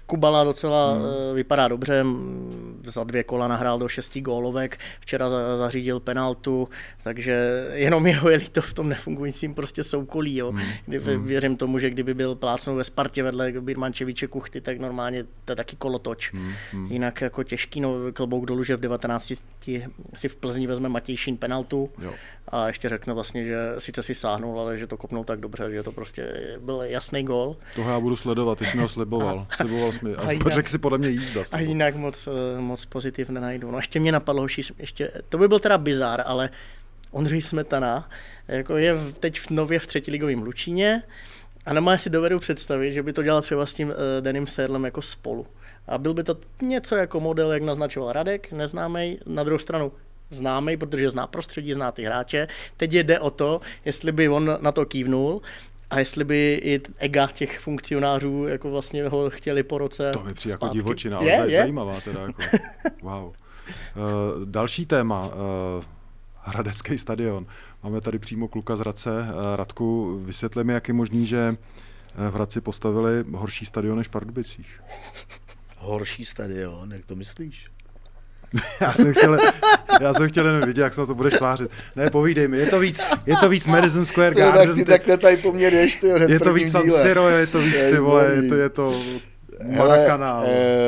Kubala docela vypadá dobře, za 2 kola nahrál do 6 gólovek, včera zařídil penaltu, takže jenom jeho je to v tom nefungujícím prostě soukolí. Jo. Věřím tomu, že kdyby byl plácnou ve Spartě vedle Birmančeviče Kuchty, tak normálně to je taky kolotoč. Jinak jako těžký, klobouk dolů, že v 19 si v Plzni vezme Matěj Šín penaltu a ještě řekne vlastně, že sice si sáhnul, ale že to kopnul tak dobře, že to prostě byl jasný gól. Toho já budu sledovat, ty jsi mi ho sliboval. Sliboval jsi mi. A řekl si podle mě jízda. A jinak moc pozitiv nenajdu. No ještě mě napadlo, ještě, to by byl teda bizár, ale Ondřej Smetana jako je teď nově v 3. ligovém Lučíně a nemá si dovedu představit, že by to dělal třeba s tím Danem Sedlem jako spolu. A byl by to něco jako model, jak naznačoval Radek, neznámej, na druhou stranu známej, protože zná prostředí, zná ty hráče. Teď jde o to, jestli by on na to kývnul a jestli by i ega těch funkcionářů jako vlastně ho chtěli po roce. To mi přijde jako divočina, ale zajímavá teda. Jako. Wow. Další téma. Hradecký stadion. Máme tady přímo kluka z Hradce. Radku, vysvětli mi, jak je možný, že v Hradci postavili horší stadion než v Pardubicích. Horší stadion, jak to myslíš? Já jsem chtěl jenom vidět, jak se na to budeš tvářit. Ne, povídej mi, je to víc Madison Square Garden. Tak ty takhle tady po mně jdeš, ty je to víc San Siro, je to víc ty vole, je to Maracanã.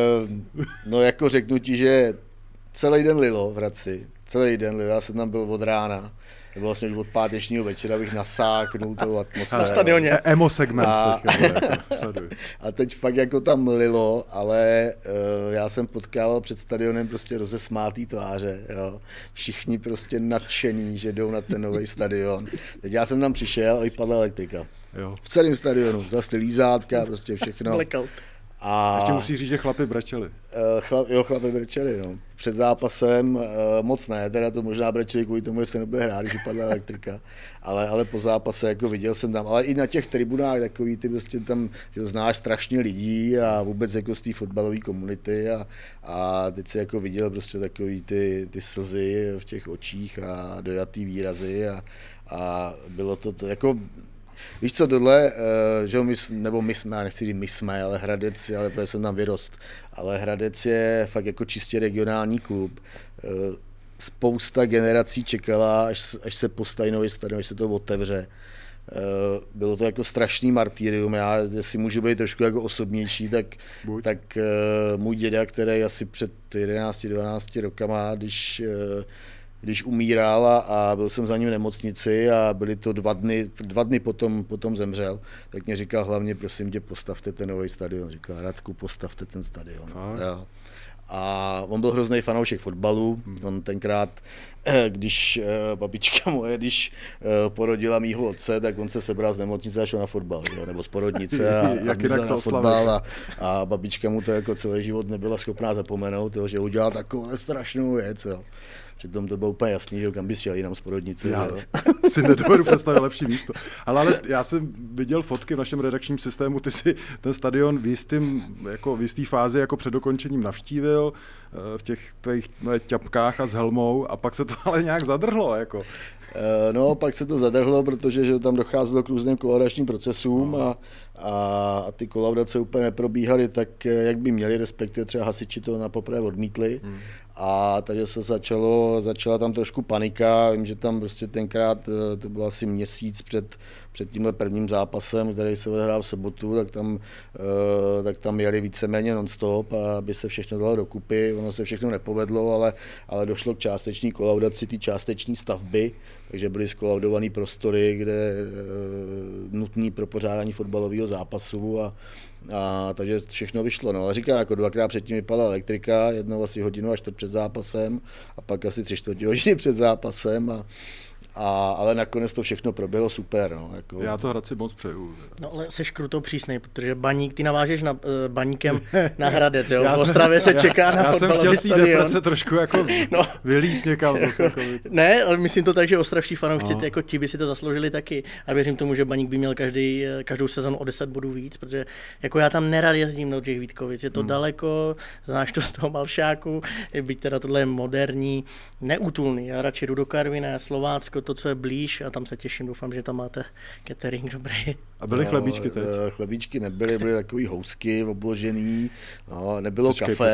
No jako řeknu ti, že celý den lilo v Hradci, já jsem tam byl od rána. Nebo vlastně už od pátečního večera bych nasáknul tou atmosféru. Na stadioně. Emo segment. A teď fakt jako tam lilo, ale já jsem potkával před stadionem prostě rozesmátý tváře. Jo. Všichni prostě nadšený, že jdou na ten nový stadion. Teď já jsem tam přišel a vypadla elektrika. Jo. V celém stadionu. Zase ty lízátka, prostě všechno. Blackout. A ještě musí říct, že chlapi brečeli. Chlapi brečeli, no. Před zápasem moc ne, teda to možná brečeli kvůli tomu, že se nebude hrát, když vypadla elektrika, ale po zápase jako viděl jsem tam, ale i na těch tribunách takový ty prostě tam, že znáš strašně lidí a vůbec jako z té fotbalové komunity a teď si jako viděl prostě takový ty slzy v těch očích a dojatý výrazy a bylo to jako. Víš co, tohle, že my jsme, já nechci říct my jsme, ale Hradec, ale protože jsem tam vyrost, ale Hradec je fakt jako čistě regionální klub. Spousta generací čekala, až se postaví nový stadion, až se to otevře. Bylo to jako strašný martýrium, já si můžu být trošku jako osobnější, tak můj děda, který asi před 11-12 rokama, když umíral a byl jsem za ním v nemocnici a byly to 2 dny potom zemřel, tak mě říkal hlavně, prosím tě, postavte ten nový stadion. Říkal, Radku, postavte ten stadion. Ja. A on byl hrozný fanoušek fotbalu. On tenkrát, když babička moje, porodila mýho otce, tak on se sebral z nemocnice a šel na fotbal, nebo z porodnice a na fotbal a babička mu to jako celý život nebyla schopná zapomenout, že udělal takovou strašnou věc. Jo. Přitom to bylo úplně jasný, že kam bys šel jinam z porodnice. Já si nedovedu představit lepší místo. Ale já jsem viděl fotky v našem redakčním systému, ty si ten stadion v jistý fázi jako před dokončením navštívil v těch tvých ťapkách a s helmou a pak se to ale nějak zadrhlo. Jako. No, pak se to zadrhlo, protože že tam docházelo k různým kolaudačním procesům a ty kolaudace úplně neprobíhaly tak, jak by měly, respektive třeba hasiči to napoprvé odmítli. A takže se začala tam trošku panika. Vím, že tam prostě tenkrát, to bylo asi měsíc před tímhle prvním zápasem, který se odehrál v sobotu, tak tam jeli víceméně non-stop, aby se všechno dalo dokupy. Ono se všechno nepovedlo, ale došlo k částečné kolaudaci té částeční stavby, takže byly skolaudované prostory, kde nutný pro pořádání fotbalového zápasu a takže všechno vyšlo. No. Ale říkám, jako 2krát předtím vypadla elektrika, jednou asi hodinu až před zápasem a pak asi 3/4 hodiny před zápasem ale nakonec to všechno proběhlo super. No, jako. Já to Hradci moc přeju. No ale seš kruto přísnej, protože Baník, ty navážeš na Baníkem na Hradec, jo? V Ostravě se čeká na fotbalový stadion. Já jsem chtěl si deprese trošku jako vylíst někam zase. Jako. Ne, ale myslím to tak, že ostravští fanoušci jako ti by si to zasloužili taky. A věřím tomu, že Baník by měl každou sezonu o 10 bodů víc, protože jako já tam nerad jezdím do těch Vítkovic, je to daleko, znáš to z toho Malšáku, byť teda tohle je moderní, neútulný. Já radši jdu do Karviné, Slovácko, to, co je blíž a tam se těším, doufám, že tam máte catering dobrý. A byly chlebíčky teď? Chlebíčky nebyly, byly takový housky obložený, no, nebylo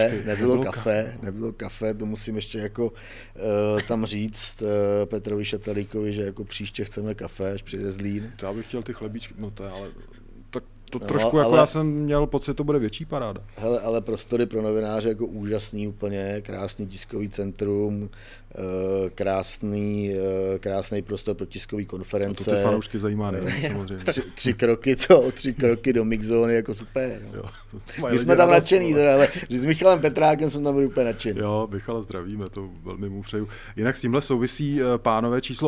kafe, to musím ještě jako tam říct Petrovi Šatalíkovi, že jako příště chceme kafe, až přijde Zlín. Já bych chtěl ty chlebíčky, no to je ale... To trošku, jako já jsem měl pocit, to bude větší paráda. Hele, ale prostory pro novináře jako úžasný úplně, krásný tiskový centrum, krásný prostor pro tiskový konference. To ty fanoušky zajímá, ne? Samozřejmě. 3 kroky do mixzóny, jako super. No. Jo, my jsme tam nadšený, ale s Michalem Petrákem jsme tam byli úplně nadšený. Jo, Michala zdravíme, to velmi mu přeju. Jinak s tímhle souvisí, pánové, číslo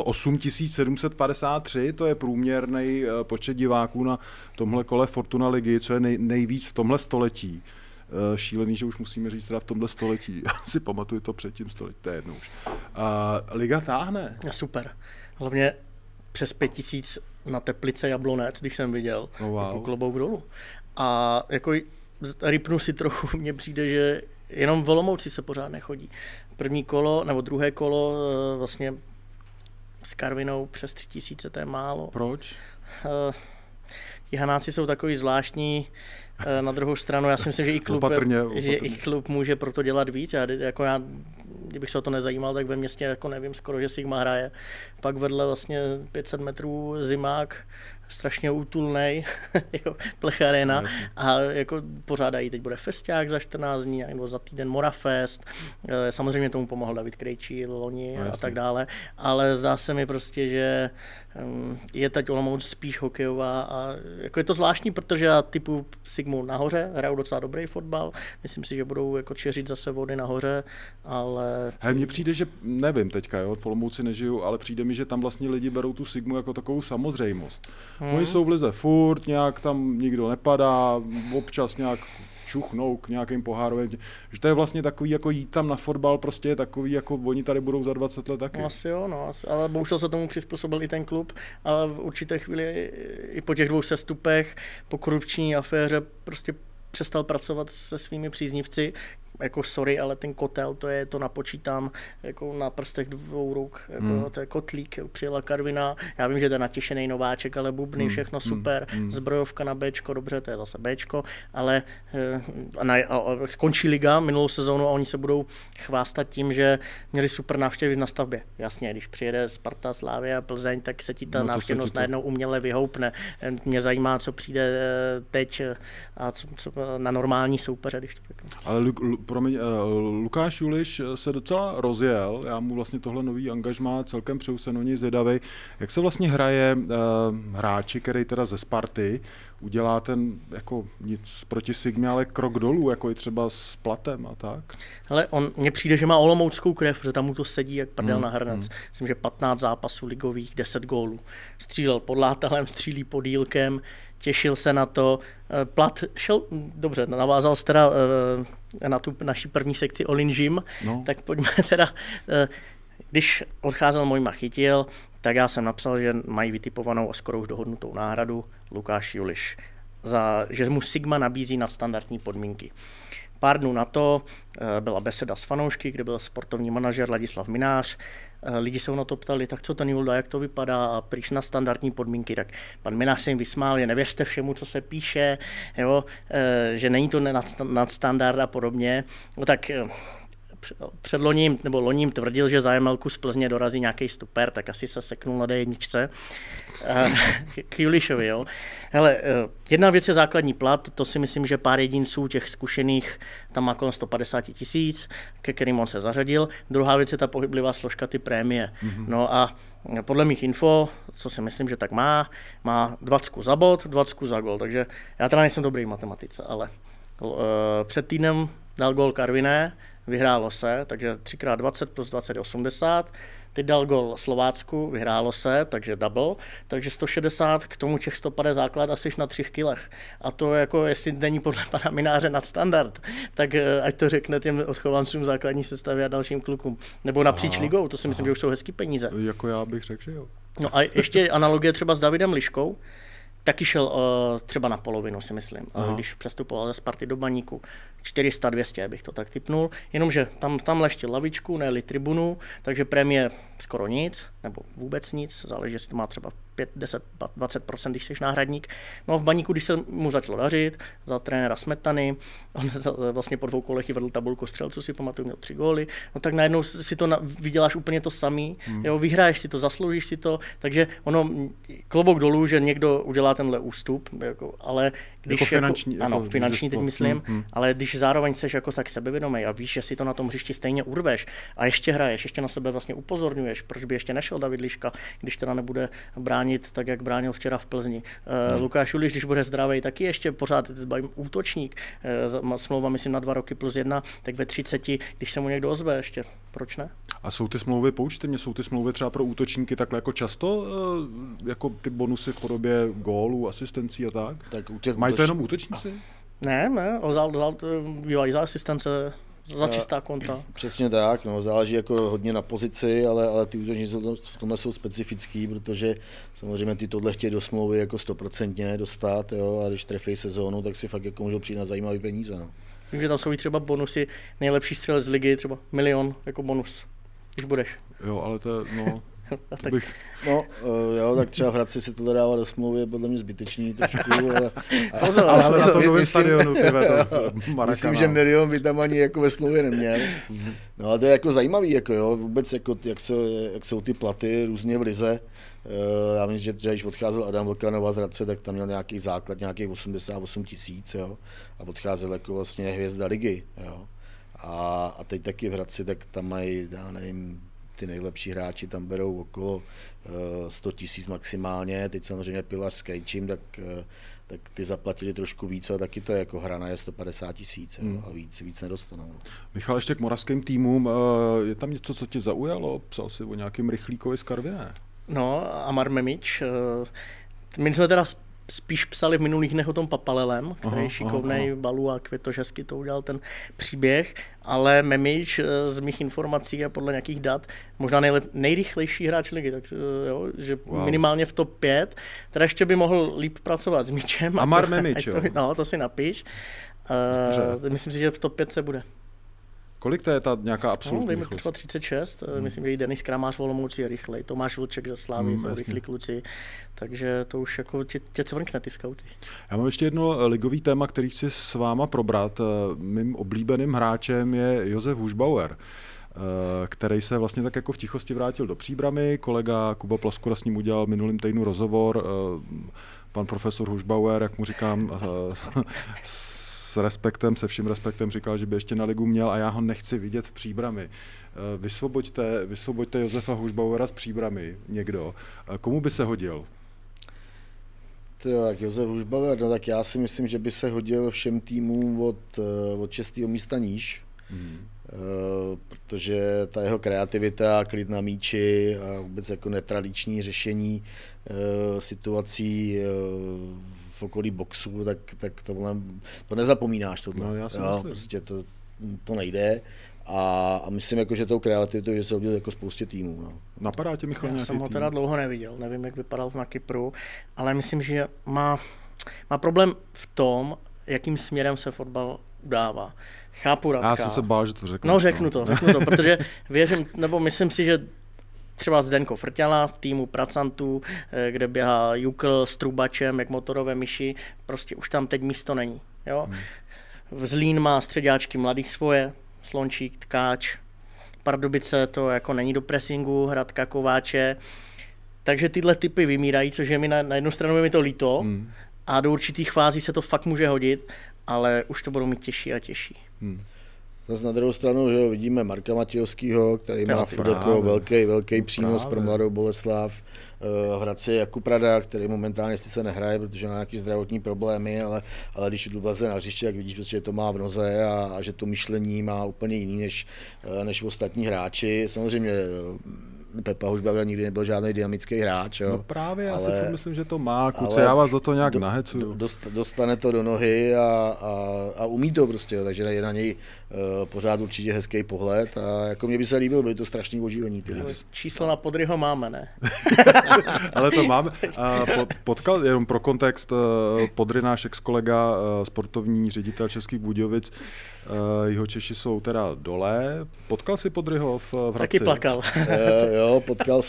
8753, to je průměrný počet diváků na tomhle kole Fortuna ligy, co je nejvíc v tomhle století. Šílený, že už musíme říct teda v tomhle století. Já si pamatuju to před tím století, to je jedno už. Liga táhne. Super. Hlavně přes 5000 na Teplice Jablonec, když jsem viděl, jako klobouk dolů. A jako rypnu si trochu, mně přijde, že jenom v Olomouci se pořád nechodí. První kolo, nebo druhé kolo vlastně s Karvinou přes 3000, to je málo. Proč? Ti Hanáci jsou takový zvláštní. Na druhou stranu, já si myslím, že i klub může proto dělat víc. Já, kdybych se o to nezajímal, tak ve městě jako nevím skoro, že Sigma hraje. Pak vedle vlastně 500 metrů zimák, strašně útulnej, Plech Arena, a jako pořádají, teď bude festiák za 14 dní, nebo za týden Morafest, samozřejmě tomu pomohl David Krejčí, loni a tak dále, ale zdá se mi prostě, že je teď Olomouc spíš hokejová a jako je to zvláštní, protože já typu Sigmu nahoře, hrajou docela dobrý fotbal, myslím si, že budou jako čeřit zase vody nahoře, ale... Mně přijde, že nevím teďka, jo, v Olomouci nežiju, ale přijde mi, že tam vlastně lidi berou tu Sigmu jako takovou samozřejmost. Oni jsou v lize furt, nějak tam nikdo nepadá, občas nějak čuchnou k nějakým pohárovým, že to je vlastně takový, jako jít tam na fotbal, prostě je takový, jako oni tady budou za 20 let taky. No asi jo, no, ale bohužel se tomu přizpůsobil i ten klub, ale v určité chvíli i po těch 2 sestupech, po korupční aféře prostě přestal pracovat se svými příznivci, jako sorry, ale ten kotel, to napočítám jako na prstech 2 ruk, jako to je kotlík, přijela Karvina, já vím, že to je natěšený nováček, ale bubny, všechno super, zbrojovka na Bčko, dobře, to je zase Bčko, ale skončí liga minulou sezónu a oni se budou chvástat tím, že měli super návštěvy na stavbě. Jasně, když přijede Sparta, Slavia, Plzeň, tak se ti ta návštěvnost najednou uměle vyhoupne. Mě zajímá, co přijde teď a co na normální soupeře, když to řeknu. Ale promiň, Lukáš Juliš se docela rozjel, já mu vlastně tohle nový angažmá celkem přeju, se na něj zvědavej. Jak se vlastně hraje hráči, který teda ze Sparty udělá ten jako nic proti Sigmě, ale krok dolů, jako i třeba s Platem a tak? Ale mně přijde, že má olomouckou krev, že tam mu to sedí jak prdel na hrnec. Myslím, že 15 zápasů ligových, 10 gólů. Střílel pod Látalem, střílí podílkem, těšil se na to. Plat šel, dobře, navázal se teda na tu naší první sekci Olin Gym, tak pojďme teda, když odcházel Mojma Chytil, tak já jsem napsal, že mají vytipovanou a skoro už dohodnutou náhradu Lukáš Juliš, že mu Sigma nabízí nadstandardní podmínky. Pár dnů na to byla beseda s fanoušky, kde byl sportovní manažer Ladislav Minář. Lidi se ho na to ptali, tak co ten Julda, jak to vypadá, a prý na standardní podmínky. Tak pan Minář se jim vysmál, že nevěřte všemu, co se píše, jo, že není to nadstandard a podobně. No tak předloním nebo loním tvrdil, že za Jemelku z Plzně dorazí nějaký stuper, tak asi se seknul na D1 k Julišovi. Jo. Hele, jedna věc je základní plat, to si myslím, že pár jedinců těch zkušených tam má kolem 150 000, ke kterým on se zařadil. Druhá věc je ta pohyblivá složka, ty prémie. No a podle mých info, co si myslím, že tak má 20 za bod, 20 za gol, takže já teda nejsem dobrý v matematice, ale před týdnem dal gol Karviné, vyhrálo se, takže 3x20 plus 20 je 80. Teď dal gol Slovácku, vyhrálo se, takže double, takže 160, k tomu těch 150 základ asi na 3 kilech. A to jako, jestli není podle pana Mináře nadstandard, tak ať to řekne těm odchovancům základní sestavy a dalším klukům. Nebo napříč ligou, to si myslím, že už jsou hezký peníze. Jako já bych řekl, že jo. No a ještě analogie třeba s Davidem Liškou. taky šel třeba na polovinu, si myslím, když přestupoval ze Sparty do Baníku. 400-200 bych to tak tipnul, jenomže tam leštil lavičku, ne tribunu, takže prémie skoro nic, nebo vůbec nic, záleží, jestli to má třeba 5, 10, 20%, když jsi náhradník. No a v Baníku, když se mu začalo dařit, za trenéra Smetany, on vlastně po 2 kolech vedl tabulku střelců, si pamatuju, měl 3 góly, no tak najednou si to vyděláš úplně to samý, jo, vyhraješ si to, zasloužíš si to, takže ono klobouk dolů, že někdo udělá tenhle ústup, jako, ale když jako finanční, ano, jako, finanční teď myslím, ale když zároveň seš jako tak sebevědomý a víš, že si to na tom hřišti stejně urveš a ještě hraješ, ještě na sebe vlastně upozorňuješ, proč by ještě nešel David Liška, když teda nebude bránit tak, jak bránil včera v Plzni. Lukáš Uliš, když bude zdravý, taky ještě pořád útočník, smlouva myslím na 2 roky +1, tak ve 30, když se mu někdo ozve ještě, proč ne? A jsou ty smlouvy, poučte mě, jsou ty smlouvy třeba pro útočníky takhle jako často, jako ty bonusy v podobě gólů, asistencí a tak? Mají to jenom útočníci? Ne, bývají za asistence, za čistá konta. Přesně tak, no, záleží jako hodně na pozici, ale ty útočníci v tomhle jsou specifický, protože samozřejmě ty tohle chtějí do smlouvy jako 100% dostat, jo, a když trefí sezónu, tak si fakt jako můžou přijít na zajímavé peníze. No. Vím, že tam jsou i třeba bonusy, nejlepší střelec z ligy, třeba 1 milion jako bonus, když budeš. Jo, ale to no... tak... No, jo, tak třeba v Hradci si tohle dává do smlouvy, je podle mě zbytečný trošku, ale na tom novém stadionu, myslím, že 1 milion by tam ani jako ve smlouvě neměl. No a to je jako zajímavý, jako jo, vůbec jako, jak jsou ty platy různě v lize. Já myslím, že třeba, když odcházel Adam Vlkanova z Hradce, tak tam měl nějaký základ, nějakých 88 000, jo, a odcházel jako vlastně hvězda ligy, jo. A teď taky v Hradci, tak tam mají, já nevím, ty nejlepší hráči tam berou okolo 100 000 maximálně, teď samozřejmě Pilař s Krejčím, tak ty zaplatili trošku víc, ale taky to je jako hra je 150 000 a víc nedostanou. Michal, ještě k moravským týmům, je tam něco, co tě zaujalo? Psal jsi o nějakým Rychlíkovi z Karviné? No, Amar Memič, my jsme teda spíš psali v minulých dnech o tom Papalelem, který je šikovnej, Balu a Květožesky to udělal ten příběh, ale Memič z mých informací a podle nějakých dat možná nejrychlejší hráč ligy, tak jo, že minimálně v top 5, teda ještě by mohl líp pracovat s míčem. Amar Memič, jo. No, to si napiš. Myslím si, že v top 5 se bude. Kolik to je ta nějaká absolutní rychlost? Třeba 36, myslím, že i Denis Kramář v Olomouci je rychlej, Tomáš Vlček ze Slávy jsou rychlí kluci, takže to už jako tě cvrkne ty skauty. Já mám ještě jedno ligový téma, který chci s váma probrat. Mým oblíbeným hráčem je Josef Hušbauer, který se vlastně tak jako v tichosti vrátil do Příbramy. Kolega Kuba Plaskura s ním udělal minulým týdnu rozhovor. Pan profesor Hušbauer, jak mu říkám, se vším respektem říkal, že by ještě na ligu měl a já ho nechci vidět v Příbrami. Vysvoboďte Josefa Hušbauera z Příbramy někdo. Komu by se hodil? Tak Josef Hušbauer, no tak já si myslím, že by se hodil všem týmům od 6. místa níž. Protože ta jeho kreativita, klid na míči a vůbec jako netradiční řešení situací v okolí boxu, tak to nezapomínáš tohle. No, já si myslím. Prostě to nejde. A myslím, jako, že tou kreativitou, že se hodil jako spoustě týmů. No. Napadá tě, Michal, já jsem ho teda dlouho neviděl, nevím, jak vypadal na Kypru, ale myslím, že má problém v tom, jakým směrem se fotbal udává. Chápu Radka. Já jsem se bál, že to řeknu. No řeknu to, protože věřím, nebo myslím si, že třeba Zdenko Frťala v týmu pracantů, kde běhá Jukl s trubačem, jak motorové myši, prostě už tam teď místo není. Jo? Zlín má středáčky mladých svoje, Slončík, Tkáč, Pardubice to jako není do pressingu, Hradka, Kováče, takže tyhle typy vymírají, což je mi na jednu stranu je mi to líto a do určitých fází se to fakt může hodit, ale už to budou mít těžší a těžší. Zase na druhou stranu, že vidíme Marka Matějovského, který má jako velký přínos pro Mladou Boleslav. V Hradci je Jakub Rada, který momentálně sice nehraje, protože má nějaké zdravotní problémy, ale když vleze na hřiště, tak vidíš, prostě, že to má v noze a že to myšlení má úplně jiný než ostatní hráči. Samozřejmě Pepa Hušbauer nikdy nebyl žádný dynamický hráč. Jo. No právě, já si myslím, že to má. Kluci, ale já vás do toho nějak nahecuju. Dostane to do nohy a umí to prostě, takže je na něj pořád určitě hezký pohled a jako mě by se líbil, by to strašný oživení. Číslo na Podryho máme, ne? Ale to máme. Potkal, jenom pro kontext, Podry, náš ex-kolega, sportovní ředitel Českých Budějovic, jeho Češi jsou teda dole. Potkal si Podryho v Hradci? Taky plakal. Jo,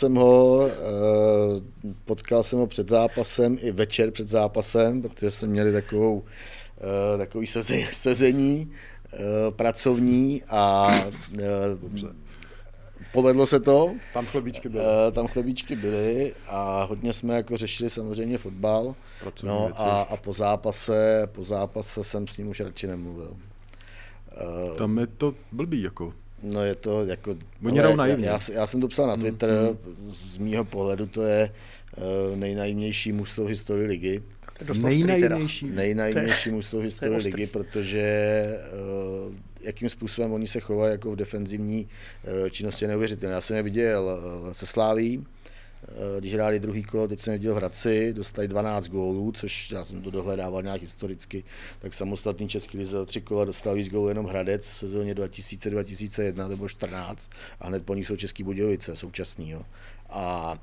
potkal jsem ho před zápasem i večer před zápasem, protože jsme měli takový sezení pracovní a povedlo se to. Tam chlebíčky byly a hodně jsme jako řešili samozřejmě fotbal. No a po zápase jsem s ním už radši nemluvil. Tam je to blbý jako. No je to jako... Já jsem to psal na Twitter, z mýho pohledu to je nejnaivnější mužstvo v historii ligy. Nejnaivnější mužstvo v historii ligy, protože jakým způsobem oni se chovají jako v defenzivní činnosti je neuvěřitelné. Já jsem je viděl se Slaví, když hráli druhý kolo, teď jsem je viděl v Hradci, dostali 12 gólů, což já jsem to dohledával nějak historicky, tak samostatný český lize za 3 kola dostal víc gólů jenom Hradec v sezóně 2000-2001, to bylo 14 a hned po nich jsou Český Budějovice současný. Jo. A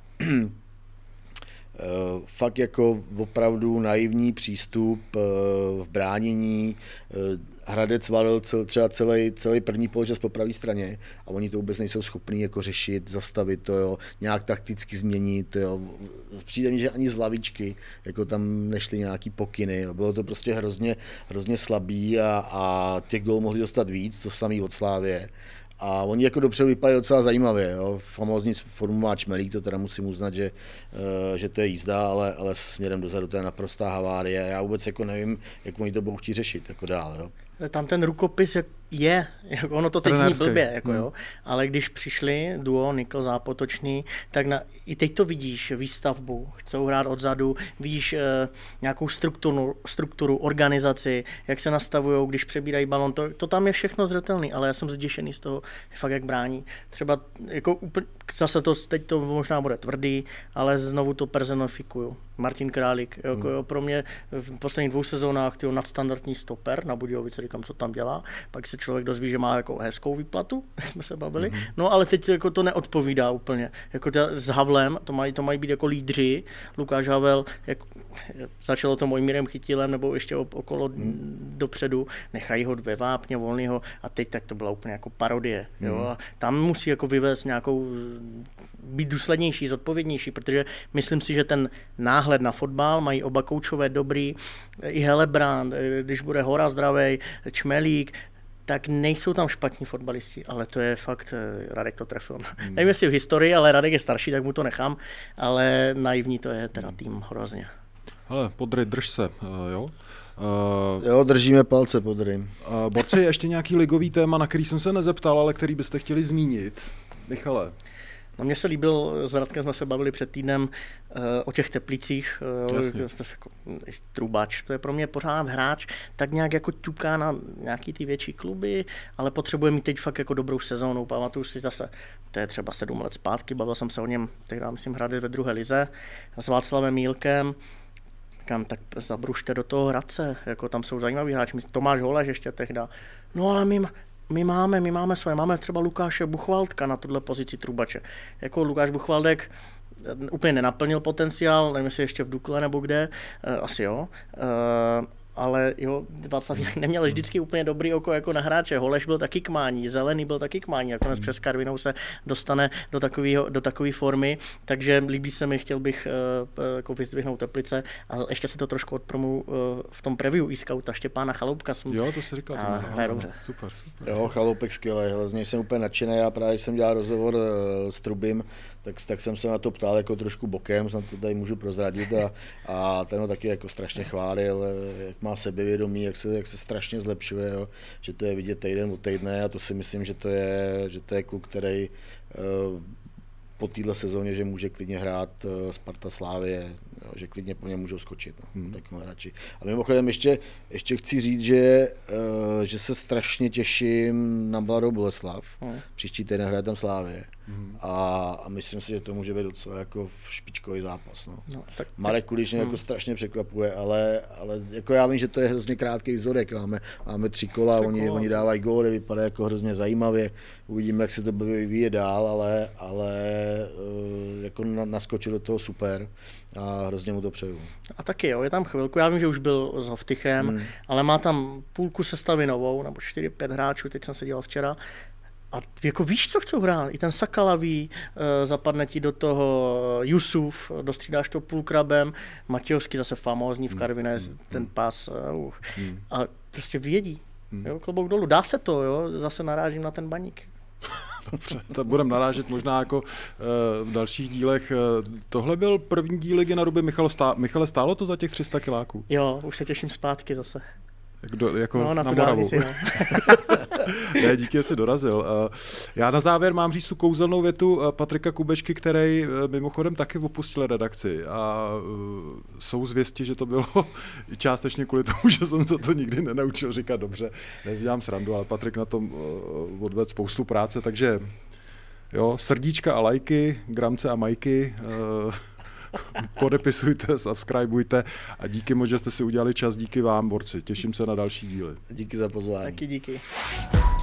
fakt jako opravdu naivní přístup v bránění. Hradec valil třeba celý první poločas po pravé straně a oni to vůbec nejsou schopní jako řešit, zastavit to, jo, nějak takticky změnit. Jo. Přijde mi, že ani z lavičky jako tam nešly nějaký pokyny. Jo. Bylo to prostě hrozně slabý a těch gólů mohli dostat víc, to samý od Slávie. A oni jako dopředu vypadají docela zajímavě. Jo. Famózní formu má Čmelík, to teda musím uznat, že to je jízda, ale směrem dozadu to je naprostá havárie. Já vůbec jako nevím, jak oni to budou chtít řešit jako dál. Jo. Tam ten rukopis je, jako ono to teď zní blbě, jako jo, ale když přišli duo Nikl Zápotočný, tak i teď to vidíš, výstavbu, chcou hrát odzadu, vidíš nějakou strukturu, organizaci, jak se nastavují, když přebírají balon, to tam je všechno zřetelný, ale já jsem zděšený z toho, fakt jak brání. Třeba jako zase teď to možná bude tvrdý, ale znovu to personifikuju. Martin Králík, jako pro mě v posledních 2 sezónách nadstandardní stoper na Budějovice, říkám, co tam dělá, pak se člověk dozví, že má jako hezkou výplatu, jak jsme se bavili, no ale teď jako to neodpovídá úplně, jako s Havlem, to mají být jako lídři, Lukáš Havel, začalo to Mojmírem Chytilem, nebo ještě okolo dopředu, nechají ho ve vápně volnýho a teď tak to byla úplně jako parodie, jo, a tam musí jako vyvést nějakou, být důslednější, zodpovědnější, protože myslím si, že ten náhled na fotbal mají oba koučové dobrý, i Helebrand, když bude Hora zdravej, Čmelík, tak nejsou tam špatní fotbalisti, ale to je fakt, Radek to trefil. Nevím, jestli v historii, ale Radek je starší, tak mu to nechám, ale naivní to je teda tým hrozně. Hele, Podry, drž se, jo? Jo, držíme palce, Podry. Borci, ještě nějaký ligový téma, na který jsem se nezeptal, ale který byste chtěli zmínit? Michale. No mně se líbil, s Radkem jsme se bavili před týdnem o těch Teplicích, jako Trubač, to je pro mě pořád hráč, tak nějak jako ťuká na nějaký ty větší kluby, ale potřebuje mít teď fakt jako dobrou sezónu, pamatuju si zase, to je třeba 7 let zpátky, bavil jsem se o něm, tehdy myslím hrát ve druhé lize, s Václavem Mílkem, říkám, tak zabrušte do toho Hradce, jako tam jsou zajímaví hráči, Tomáš Holeš ještě tehda, no ale my máme svoje, máme třeba Lukáše Buchvaldka na tuhle pozici Trubače. Jako Lukáš Buchvaldek úplně nenaplnil potenciál, nevím, jestli ještě v Dukle nebo kde, asi jo. Ale jo, Václav neměl vždycky úplně dobrý oko jako na hráče. Holeš byl taky k mání, Zelený byl taky k mání, nakonec přes Karvinou se dostane do takové formy, takže líbí se mi, chtěl bych jako vyzdvihnout Teplice a ještě se to trošku odpromu v tom preview e-scouta Štěpána Chaloupka. Jo, to si říkal. Hraje dobře. Super. Jo, Chaloupek skvělý, z něj jsem úplně nadšený, já právě jsem dělal rozhovor s Trubím, tak jsem se na to ptal jako trošku bokem, snad to tady můžu prozradit a ten ho taky jako strašně chválil, jak má sebevědomí, jak se strašně zlepšuje, jo, že to je vidět týden od týdne a to si myslím, že to je kluk, který po téhle sezóně, že může klidně hrát Sparta Slávie, jo, že klidně po něm můžou skočit. No, tak radši. A mimochodem ještě chci říct, že se strašně těším na Mladou Boleslav. Příští týden hraje tam Slávie. A myslím si, že to může být docela jako špičkový zápas. No. No, tak, Marek Kulič mě jako strašně překvapuje, ale jako já vím, že to je hrozně krátký vzorek. Máme 3 kola, oni dávají góly, vypadá jako hrozně zajímavě. Uvidíme, jak se to bude vyvíjet dál, ale jako naskočil do toho super a hrozně mu to přeju. A taky jo, je tam chvilku, já vím, že už byl s Hovtychem, ale má tam půlku sestavy novou, nebo 4-5 hráčů, teď jsem se dělal včera. A jako víš, co chcou hrát? I ten Sakala ví, zapadne ti do toho Jusuf, dostřídáš to Půlkrabem, Matějovský zase famózní v Karviné, ten pás. A prostě vědí. Jo, klobouk dolů. Dá se to, jo? Zase narážím na ten Baník. Dobře, tak budeme narážet možná jako v dalších dílech. Tohle byl první díl Ligy na Ruby. Michale, stálo to za těch 300 kiláků? Jo, už se těším zpátky zase. Jako na Moravu. dálnici, no. Ne, díky, že jsi dorazil. Já na závěr mám říct tu kouzelnou větu Patrika Kubešky, který mimochodem taky opustil redakci a jsou zvěsti, že to bylo částečně kvůli tomu, že jsem se to nikdy nenaučil říkat dobře. Nezdělám srandu, ale Patrik na tom odvedl spoustu práce, takže jo, srdíčka a lajky, gramce a majky, podepisujte, subscribeujte a díky moc, že jste si udělali čas, díky vám, borci. Těším se na další díly. Díky za pozvání. Taky díky.